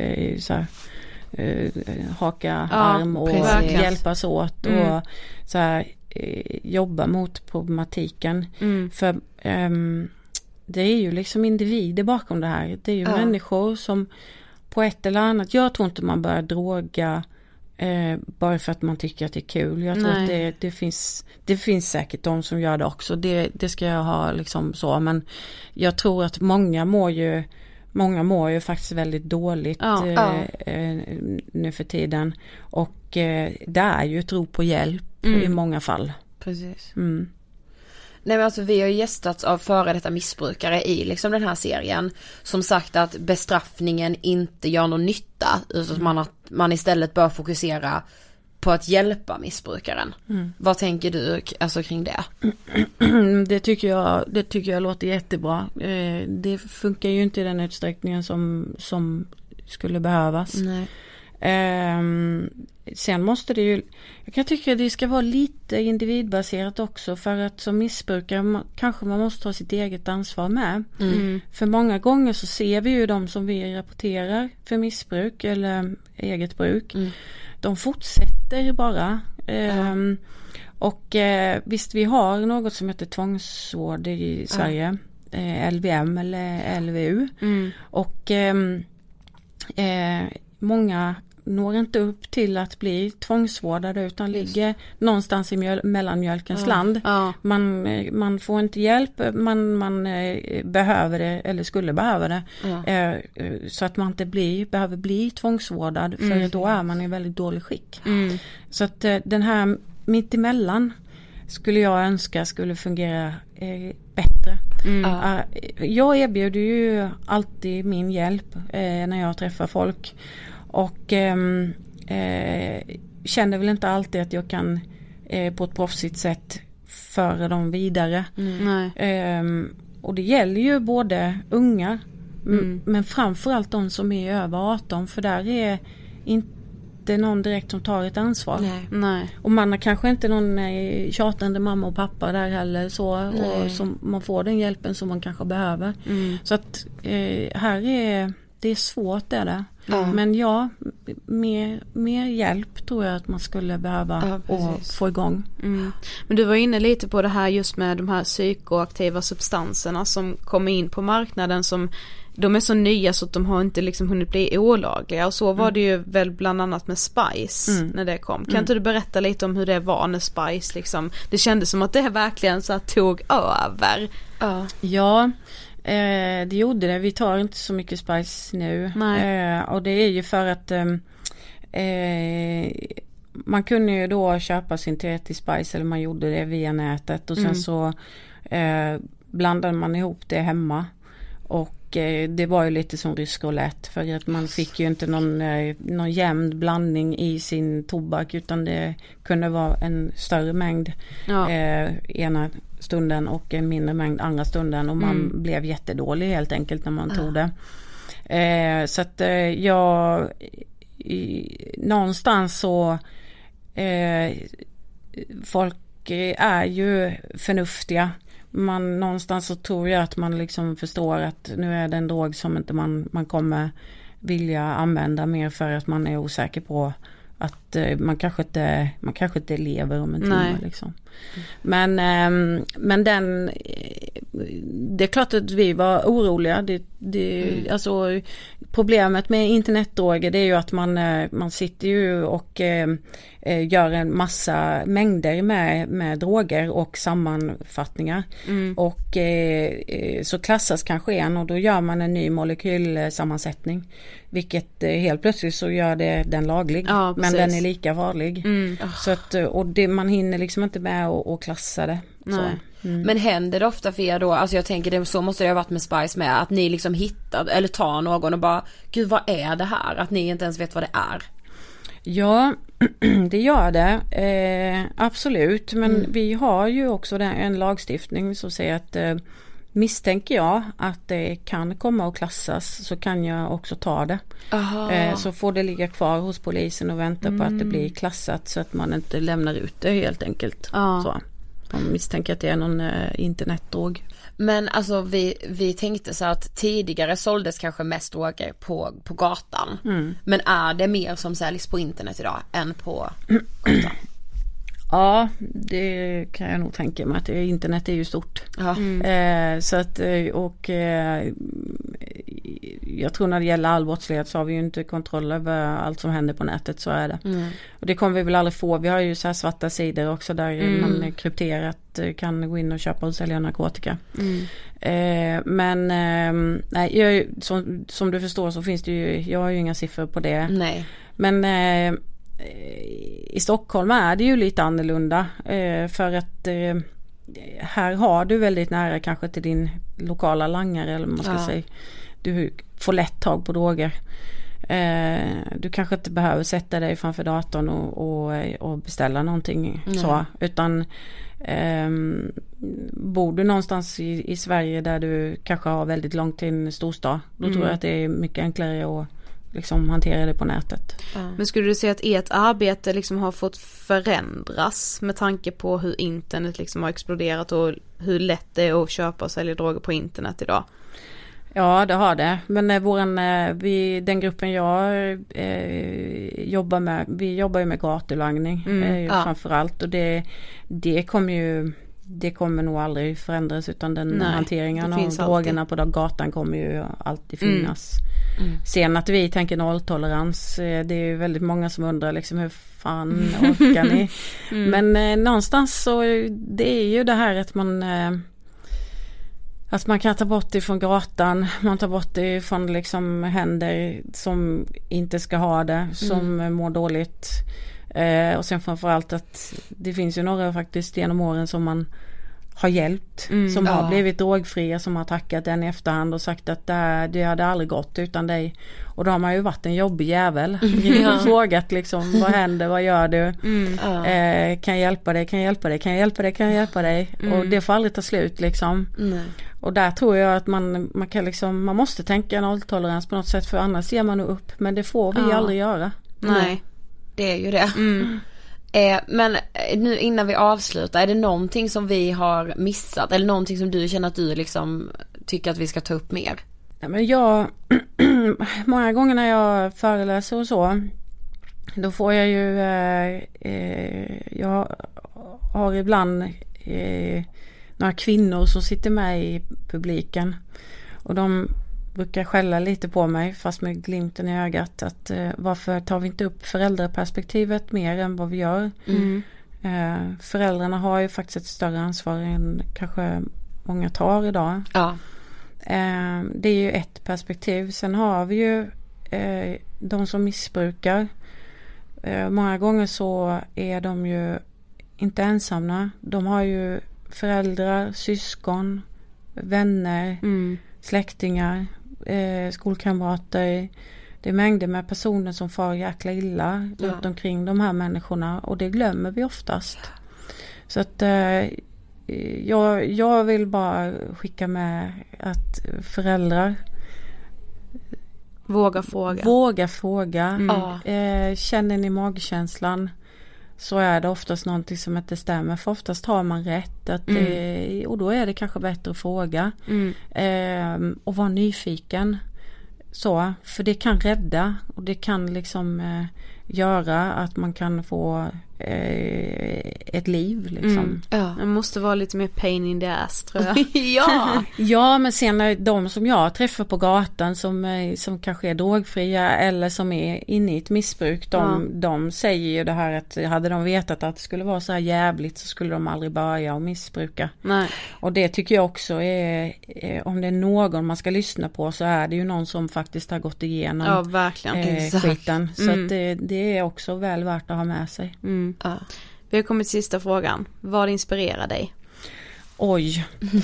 haka arm och hjälpas åt och så här, jobba mot problematiken. För det är ju liksom individer bakom det här. Det är ju människor som på ett eller annat, jag tror inte man börjar droga bara för att man tycker att det är kul. Jag tror att det finns säkert de som gör det också. Det ska jag ha liksom så, men jag tror att många mår ju faktiskt väldigt dåligt nu för tiden, och det är ju ett rop på hjälp i många fall. Precis. Nej, men alltså vi har ju gästats av före detta missbrukare i liksom den här serien som sagt att bestraffningen inte gör någon nytta, utan att man istället bör fokusera på att hjälpa missbrukaren. Vad tänker du alltså kring det? Det tycker jag låter jättebra. Det funkar ju inte i den utsträckningen som skulle behövas. Nej. Sen måste det ju, jag kan tycka att det ska vara lite individbaserat också, för att som missbrukare kanske man måste ta sitt eget ansvar med. För många gånger så ser vi ju de som vi rapporterar för missbruk eller eget bruk, de fortsätter bara. Och visst, vi har något som heter tvångsvård i Sverige, LVM eller LVU, och många når inte upp till att bli tvångsvårdade, utan ligger någonstans i mellanmjölkens land. Man får inte hjälp, man behöver det eller skulle behöva det, så att man inte behöver bli tvångsvårdad, för då är man i väldigt dålig skick. Så att den här mittemellan skulle jag önska skulle fungera bättre. Jag erbjuder ju alltid min hjälp när jag träffar folk, och känner väl inte alltid att jag kan på ett proffsigt sätt föra dem vidare. Och det gäller ju både unga men framförallt de som är över 18, för där är inte någon direkt som tar ett ansvar. Nej. Och man har kanske inte någon tjatande mamma och pappa där heller så, och som man får den hjälpen som man kanske behöver. Så att här det är svårt det. Men mer hjälp tror jag att man skulle behöva och få igång. Men du var inne lite på det här just med de här psykoaktiva substanserna som kommer in på marknaden, som de är så nya så att de har inte liksom hunnit bli olagliga, och så var det ju väl bland annat med Spice när det kom. Kan inte du berätta lite om hur det var när Spice liksom, det kändes som att det verkligen så att tog över. Ja, det gjorde det. Vi tar inte så mycket Spice nu. Och det är ju för att man kunde ju då köpa syntetisk Spice, eller man gjorde det via nätet, och sen så blandade man ihop det hemma. Och det var ju lite som rysk roulette, för att man fick ju inte någon jämn blandning i sin tobak, utan det kunde vara en större mängd ena stunden och en mindre mängd andra stunden, och man blev jättedålig helt enkelt när man tog det. Så att någonstans så folk är ju förnuftiga. Någonstans så tror jag att man liksom förstår att nu är det en drog som inte man kommer vilja använda mer, för att man är osäker på att man kanske inte lever om en timme liksom. Men det är klart att vi var oroliga. Alltså problemet med internetdroger, det är ju att man sitter ju och gör en massa mängder med droger och sammanfattningar, och så klassas kanske en, och då gör man en ny molekylsammansättning, vilket helt plötsligt så gör den laglig, men den är lika farlig. Så att, och man hinner liksom inte med att klassa det. Men händer det ofta för er då, alltså jag tänker så måste det ha varit med Spice med, att ni liksom hittar eller tar någon och bara, gud vad är det här? Att ni inte ens vet vad det är. Ja, det gör det. Absolut. Men vi har ju också en lagstiftning som säger att misstänker jag att det kan komma att klassas, så kan jag också ta det. Så får det ligga kvar hos polisen och vänta på att det blir klassat, så att man inte lämnar ut det helt enkelt. Så. Man misstänker att det är någon internetdrog. Men alltså vi tänkte så att tidigare såldes kanske mest droger på gatan. Men är det mer som säljs på internet idag än på gatan? Ja, det kan jag nog tänka mig, att internet är ju stort. Så att, och jag tror när det gäller all brottslighet så har vi ju inte kontroll över allt som händer på nätet, så är det. Och det kommer vi väl aldrig få. Vi har ju så här svarta sidor också där man krypterat kan gå in och köpa och sälja narkotika. Men nej, som du förstår så finns det ju, jag har ju inga siffror på det. Nej. Men i Stockholm är det ju lite annorlunda, för att här har du väldigt nära kanske till din lokala langare, eller man ska säga. Du får lätt tag på droger. Du kanske inte behöver sätta dig framför datorn och beställa någonting så, utan bor du någonstans i Sverige där du kanske har väldigt långt till en storstad, då tror jag att det är mycket enklare att liksom hantera det på nätet. Men skulle du säga att ert arbete liksom har fått förändras med tanke på hur internet liksom har exploderat och hur lätt det är att köpa och sälja droger på internet idag? Ja, det har det. Men den gruppen jag jobbar med, vi jobbar ju med gatulangning framförallt, och det kommer nog aldrig förändras, utan den hanteringen av drogerna på gatan kommer ju alltid finnas. Sen att vi tänker nolltolerans, det är ju väldigt många som undrar liksom, hur fan orkar ni? Men någonstans så det är ju det här att man kan ta bort det från gatan, man tar bort det från liksom händer som inte ska ha det, som mår dåligt. Och sen framförallt att det finns ju några faktiskt genom åren som man har hjälpt, som har blivit drogfria, som har tackat den i efterhand och sagt att det hade aldrig gått utan dig. Och då har man ju varit en jobbig jävel och frågat liksom, vad händer, vad gör du? Kan jag hjälpa dig, kan jag hjälpa dig, kan jag hjälpa dig, kan jag hjälpa dig? Och det får aldrig ta slut liksom. Och där tror jag att man kan liksom, man måste tänka nolltolerans på något sätt, för annars ger man upp, men det får vi aldrig göra. Nej. det är ju det. Men nu innan vi avslutar, är det någonting som vi har missat eller någonting som du känner att du liksom tycker att vi ska ta upp mer? Ja, men jag många gånger när jag föreläser och så, då får jag ju jag har ibland några kvinnor som sitter med i publiken och de brukar skälla lite på mig, fast med glimten i ögat, att varför tar vi inte upp föräldraperspektivet mer än vad vi gör? Föräldrarna har ju faktiskt ett större ansvar än kanske många tar idag. Ja. Det är ju ett perspektiv. Sen har vi ju de som missbrukar. Många gånger så är de ju inte ensamma. De har ju föräldrar, syskon, vänner, släktingar, skolkamrater. Det är mängder med personer som far jäkla illa runt omkring de här människorna, och det glömmer vi oftast. Så att jag vill bara skicka med att föräldrar våga fråga. Känner ni magkänslan, så är det oftast någonting som inte stämmer, för oftast har man rätt att och då är det kanske bättre att fråga och vara nyfiken, så, för det kan rädda och det kan liksom göra att man kan få ett liv liksom. Det måste vara lite mer pain in the ass, tror jag. Ja, men sen de som jag träffar på gatan som kanske är drogfria eller som är inne i ett missbruk, de säger ju det här att hade de vetat att det skulle vara så här jävligt så skulle de aldrig börja och missbruka. Nej. Och det tycker jag också är om det är någon man ska lyssna på, så är det ju någon som faktiskt har gått igenom skiten. Så att det är också väl värt att ha med sig. Vi har kommit till sista frågan. Vad inspirerar dig? Oj.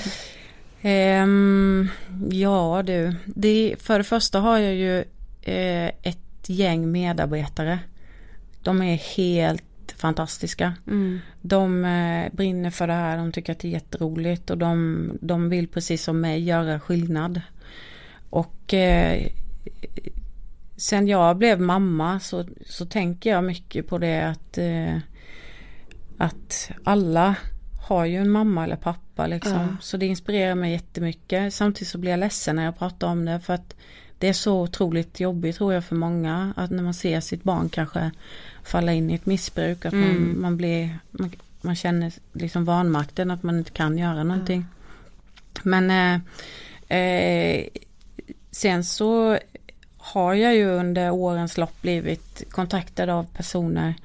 Ja du. För det första har jag ju ett gäng medarbetare. De är helt fantastiska. De brinner för det här. De tycker att det är jätteroligt. Och de vill precis som mig göra skillnad. Och sen jag blev mamma så tänker jag mycket på det att alla har ju en mamma eller pappa liksom. Så det inspirerar mig jättemycket. Samtidigt så blir jag ledsen när jag pratar om det, för att det är så otroligt jobbigt, tror jag, för många, att när man ser sitt barn kanske falla in i ett missbruk, att man känner liksom vanmakten, att man inte kan göra någonting. Men sen så har jag ju under årens lopp blivit kontaktad av personer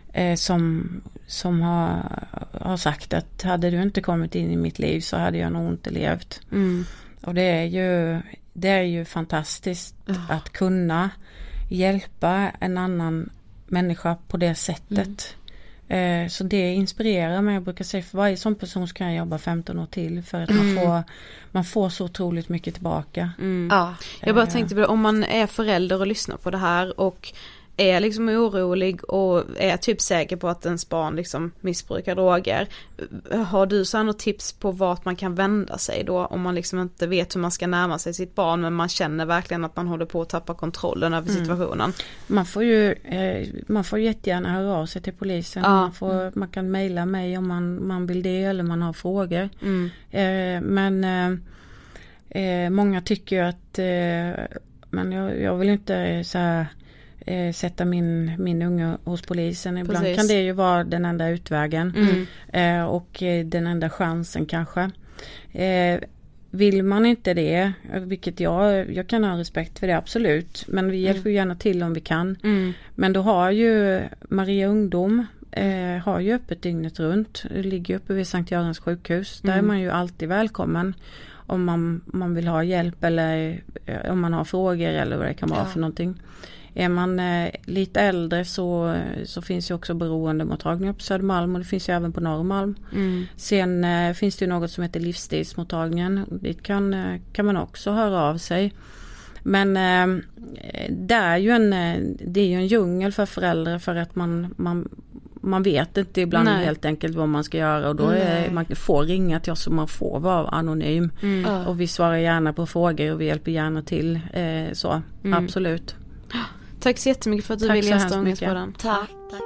som har sagt att hade du inte kommit in i mitt liv så hade jag nog inte levt. Och det är ju fantastiskt att kunna hjälpa en annan människa på det sättet. Så det inspirerar mig. Jag brukar säga, för varje sån person så kan jag jobba 15 år till, för att man får så otroligt mycket tillbaka. Jag bara tänkte på det, om man är förälder och lyssnar på det här och är liksom orolig och är typ säker på att ens barn liksom missbrukar droger. Har du så något tips på vart man kan vända sig då, om man liksom inte vet hur man ska närma sig sitt barn, men man känner verkligen att man håller på att tappa kontrollen över situationen? Man får jättegärna höra av sig till polisen. Man kan mejla mig om man vill det, eller man har frågor. Men många tycker att men jag vill inte så här sätta min unge hos polisen. Ibland kan det ju vara den enda utvägen och den enda chansen kanske. Vill man inte det, vilket jag kan ha respekt för det, absolut, men vi hjälper gärna till om vi kan. Men då har ju Maria Ungdom har ju öppet dygnet runt. Det ligger uppe vid Sankt Görans sjukhus. Där är man ju alltid välkommen om man vill ha hjälp, eller om man har frågor eller vad det kan vara för någonting. Är man lite äldre så finns ju också beroendemottagningar på Södermalm, och det finns ju även på Norrmalm. Sen finns det ju något som heter livsstilsmottagningen. Dit kan man också höra av sig. Men det är ju en djungel för föräldrar, för att man vet inte ibland helt enkelt vad man ska göra, och då man får ringa till oss och man får vara anonym. Och vi svarar gärna på frågor och vi hjälper gärna till, så absolut. Tack så jättemycket för att du Tack ville så gästa hemskt Ångestpodden. Tack.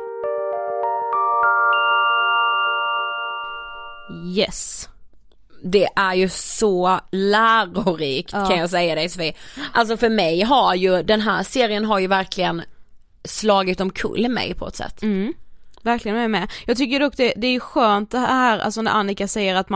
Yes. Det är ju så lärorikt kan jag säga dig, Sofie. Alltså för mig har ju den här serien har ju verkligen slagit omkull mig på ett sätt. Verkligen med. Jag tycker dock det är skönt det här, alltså när Annika säger att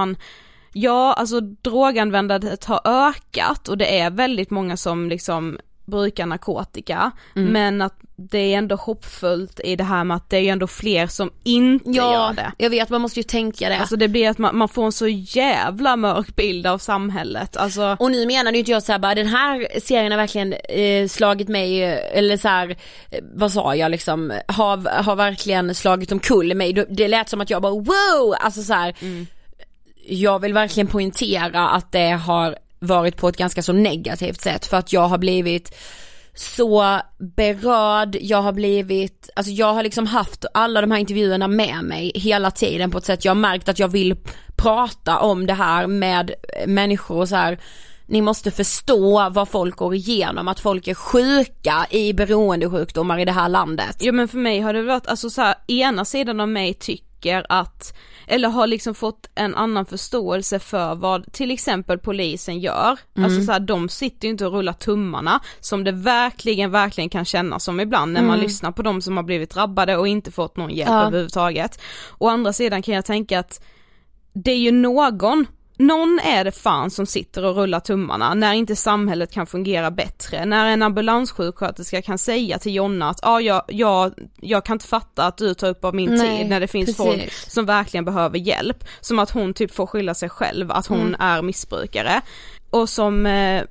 alltså droganvändandet har ökat och det är väldigt många som liksom brukar narkotika, men att det är ändå hoppfullt i det här med att det är ändå fler som inte gör det. Jag vet, man måste ju tänka det. Alltså det blir att man får en så jävla mörk bild av samhället. Alltså... Och nu menar ju inte jag så här, bara den här serien har verkligen slagit mig, eller så här, vad sa jag liksom, har verkligen slagit omkull mig. Det lät som att jag bara wow, alltså så här, jag vill verkligen poängtera att det har varit på ett ganska så negativt sätt, för att jag har blivit så berörd, jag har liksom haft alla de här intervjuerna med mig hela tiden på ett sätt. Jag har märkt att jag vill prata om det här med människor och så här, ni måste förstå vad folk går igenom, att folk är sjuka i beroendesjukdomar i det här landet. Ja, men för mig har det varit, alltså så här, ena sidan av mig tycker att, eller har liksom fått en annan förståelse för vad till exempel polisen gör. Alltså så här, de sitter ju inte och rullar tummarna som det verkligen kan kännas som ibland när man lyssnar på de som har blivit drabbade och inte fått någon hjälp överhuvudtaget. Å andra sidan kan jag tänka att det är ju någon är det fan som sitter och rullar tummarna när inte samhället kan fungera bättre. När en ambulanssjuksköterska kan säga till Jonna att jag kan inte fatta att du tar upp av min tid när det finns folk som verkligen behöver hjälp. Som att hon typ får skylla sig själv att hon är missbrukare. Och som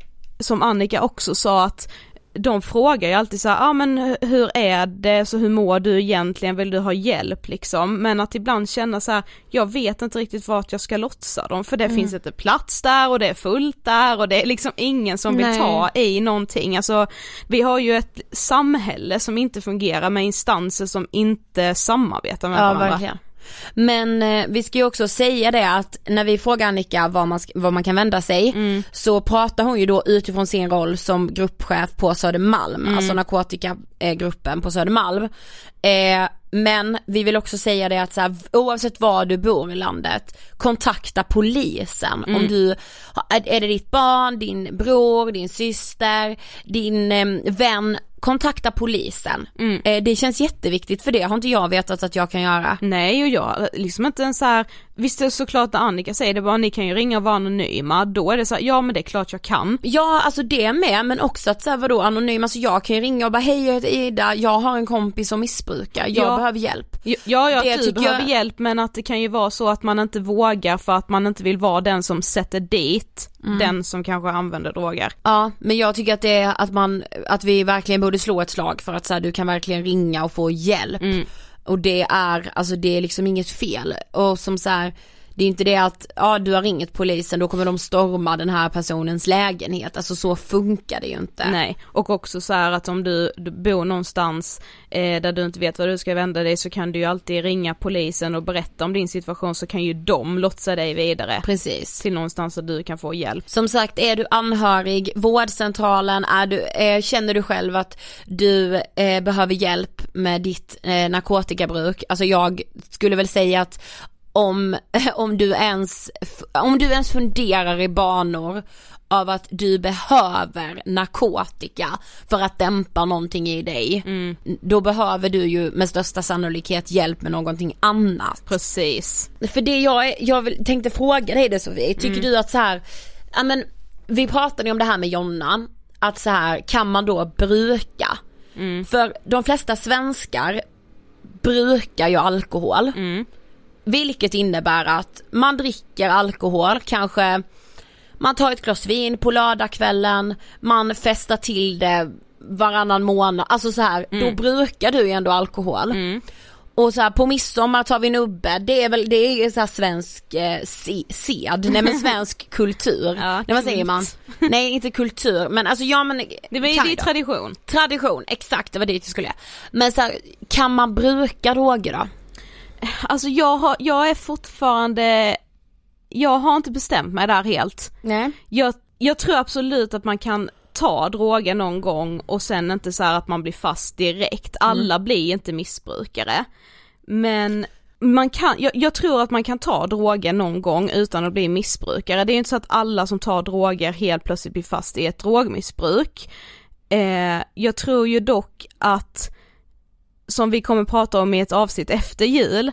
Annika också sa, att de frågar ju alltid så här, men hur är det, så hur mår du egentligen, vill du ha hjälp liksom, men att ibland känna så här, jag vet inte riktigt vart jag ska lotsa dem, för det finns inte plats där och det är fullt där och det är liksom ingen som vill ta i någonting. Alltså vi har ju ett samhälle som inte fungerar med instanser som inte samarbetar med varandra. Verkligen. Men vi ska ju också säga det att när vi frågar Annika var man kan vända sig, så pratar hon ju då utifrån sin roll som gruppchef på Södermalm, alltså narkotikagruppen på Södermalm. Men vi vill också säga det att så här, oavsett var du bor i landet, kontakta polisen. Om du är det ditt barn, din bror, din syster, din vän, kontakta polisen. Det känns jätteviktigt, för det har inte jag vetat att jag kan göra. Nej, och jag liksom inte ens så här, visst är det såklart när Annika säger det bara, ni kan ju ringa och vara anonyma, då är det så här, ja men det är klart jag kan. Ja, alltså det med, men också att så här, vadå anonym, alltså jag kan ju ringa och bara, hej jag heter Ida, jag har en kompis som missbrukar, jag behöver hjälp. Ja, du behöver hjälp, men att det kan ju vara så att man inte vågar för att man inte vill vara den som sätter dit den som kanske använder droger. Ja, men jag tycker att det är att vi verkligen borde slå ett slag för att så här, du kan verkligen ringa och få hjälp. Och det är liksom inget fel. Och som så här, det är inte det att du har ringt polisen, då kommer de storma den här personens lägenhet. Alltså så funkar det ju inte. Nej, och också så här att om du bor någonstans där du inte vet vad du ska vända dig, så kan du ju alltid ringa polisen och berätta om din situation, så kan ju de lotsa dig vidare. Precis. Till någonstans där du kan få hjälp. Som sagt, är du anhörig, vårdcentralen, känner du själv att du behöver hjälp med ditt narkotikabruk. Alltså jag skulle väl säga att om du ens funderar i banor av att du behöver narkotika för att dämpa någonting i dig, då behöver du ju med största sannolikhet hjälp med någonting annat. Precis. För det jag tänkte fråga dig det, Sofie, tycker du att så här, men vi pratade om det här med Jonna, att så här kan man då bruka? För de flesta svenskar brukar ju alkohol. Vilket innebär att man dricker alkohol, kanske man tar ett glas vin på lördagskvällen, man festar till det varannan månad, alltså så här, då brukar du ju ändå alkohol. Och så här, på midsommar tar vi nubbe, det är så här svensk sed, nej men svensk kultur. Nej, vad säger man? Nej, inte kultur, men alltså men det är tradition. Tradition, exakt, det var det jag skulle. Men så här, kan man bruka droger då? Alltså jag är fortfarande, jag har inte bestämt mig där helt. Nej. Jag tror absolut att man kan ta droger någon gång och sen inte så här att man blir fast direkt. Alla blir inte missbrukare. Men man kan, jag tror att man kan ta droger någon gång utan att bli missbrukare. Det är inte så att alla som tar droger helt plötsligt blir fast i ett drogmissbruk. Jag tror ju dock att, som vi kommer prata om i ett avsnitt efter jul,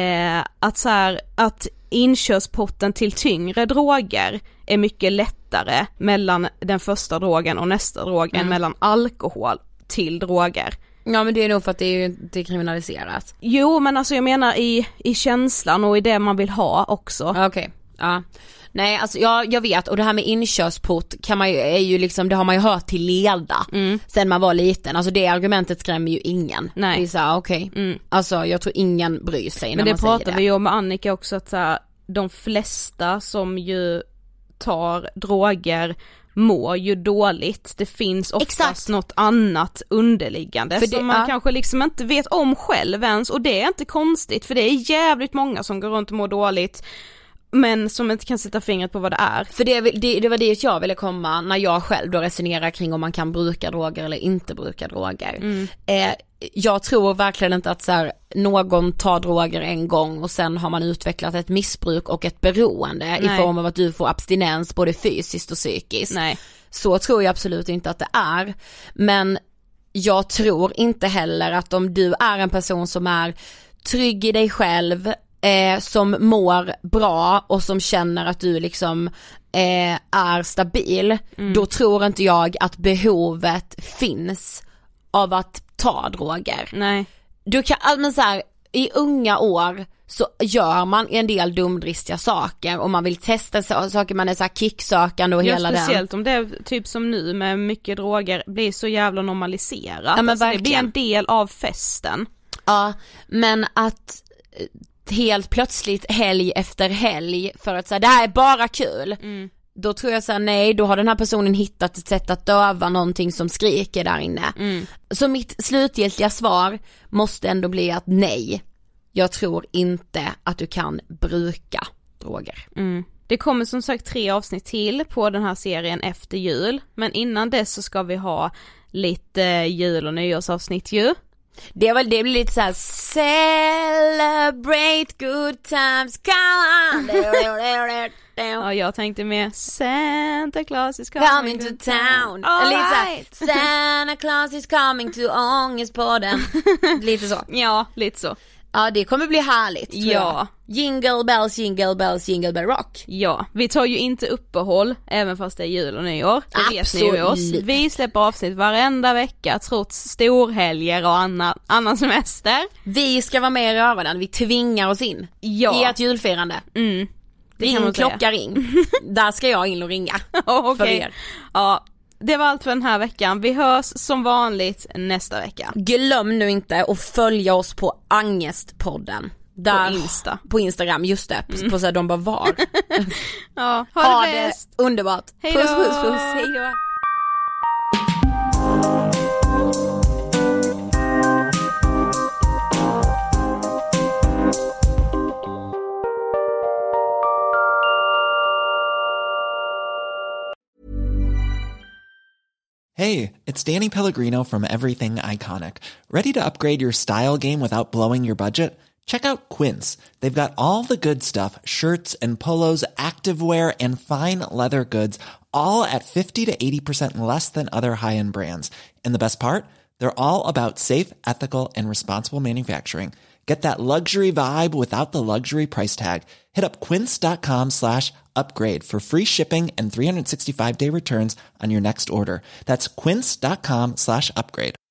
att inkörsporten till tyngre droger är mycket lättare mellan den första drogen och nästa drog än mellan alkohol till droger. Ja, men det är nog för att det är kriminaliserat. Jo, men alltså jag menar i känslan och i det man vill ha också. Okej, ja. Nej, alltså jag vet, och det här med inkörsport kan man ju, är ju liksom, det har man ju hört till leda sen man var liten. Alltså det argumentet skrämmer ju ingen. Nej. Det är så okej. Alltså jag tror ingen bryr sig när man säger det. Men det pratar vi ju om med Annika också, att så här, de flesta som ju tar droger mår ju dåligt. Det finns oftast något annat underliggande för det, som man kanske liksom inte vet om själv ens, och det är inte konstigt, för det är jävligt många som går runt och mår dåligt men som inte kan sätta fingret på vad det är. För det var det jag ville komma när jag själv då resonerar kring om man kan bruka droger eller inte bruka droger. Jag tror verkligen inte att så här, någon tar droger en gång och sen har man utvecklat ett missbruk och ett beroende i form av att du får abstinens både fysiskt och psykiskt. Nej. Så tror jag absolut inte att det är. Men jag tror inte heller att om du är en person som är trygg i dig själv, som mår bra och som känner att du liksom är stabil, då tror inte jag att behovet finns av att ta droger. Nej. Du kan, men så här, i unga år så gör man en del dumdristiga saker och man vill testa saker, man är så här kicksökande och hela den. Speciellt om det är typ som nu med mycket droger blir så jävla normaliserat. Ja, men alltså, det blir en del av festen. Ja, men att helt plötsligt helg efter helg för att säga det här är bara kul. Då tror jag så nej, då har den här personen hittat ett sätt att döva någonting som skriker där inne. Så mitt slutgiltiga svar måste ändå bli att nej, jag tror inte att du kan bruka droger. Det kommer som sagt 3 avsnitt till på den här serien efter jul, men innan dess så ska vi ha lite jul- och nyårsavsnitt ju. Det blir lite så här: celebrate good times, come on. Ja, jag tänkte med Santa Claus is coming to town. Lite right. Så här, Santa Claus is coming to Ångestpodden. Lite så. Ja, lite så. Ja, det kommer bli härligt, tror jag. Jingle bells, jingle bells, jingle bell rock. Ja, vi tar ju inte uppehåll även fast det är jul och nyår. Det vet ni ju oss. Vi släpper avsnitt varenda vecka trots storhelger och annan semester. Vi ska vara med i röran, vi tvingar oss in i ett julfirande. Ring, klocka, ring. Där ska jag in och ringa. För er. Ja, det var allt för den här veckan. Vi hörs som vanligt nästa vecka. Glöm nu inte att följa oss på Ångestpodden. Där, på Instagram, just det. På så här, de bara var. Ja, ha det bäst. Underbart. Hejdå. Puss, puss, puss. Hejdå. Hey, it's Danny Pellegrino from Everything Iconic. Ready to upgrade your style game without blowing your budget? Check out Quince. They've got all the good stuff, shirts and polos, activewear and fine leather goods, all at 50 to 80% less than other high-end brands. And the best part? They're all about safe, ethical and responsible manufacturing. Get that luxury vibe without the luxury price tag. Hit up quince.com/upgrade for free shipping and 365-day returns on your next order. That's quince.com/upgrade.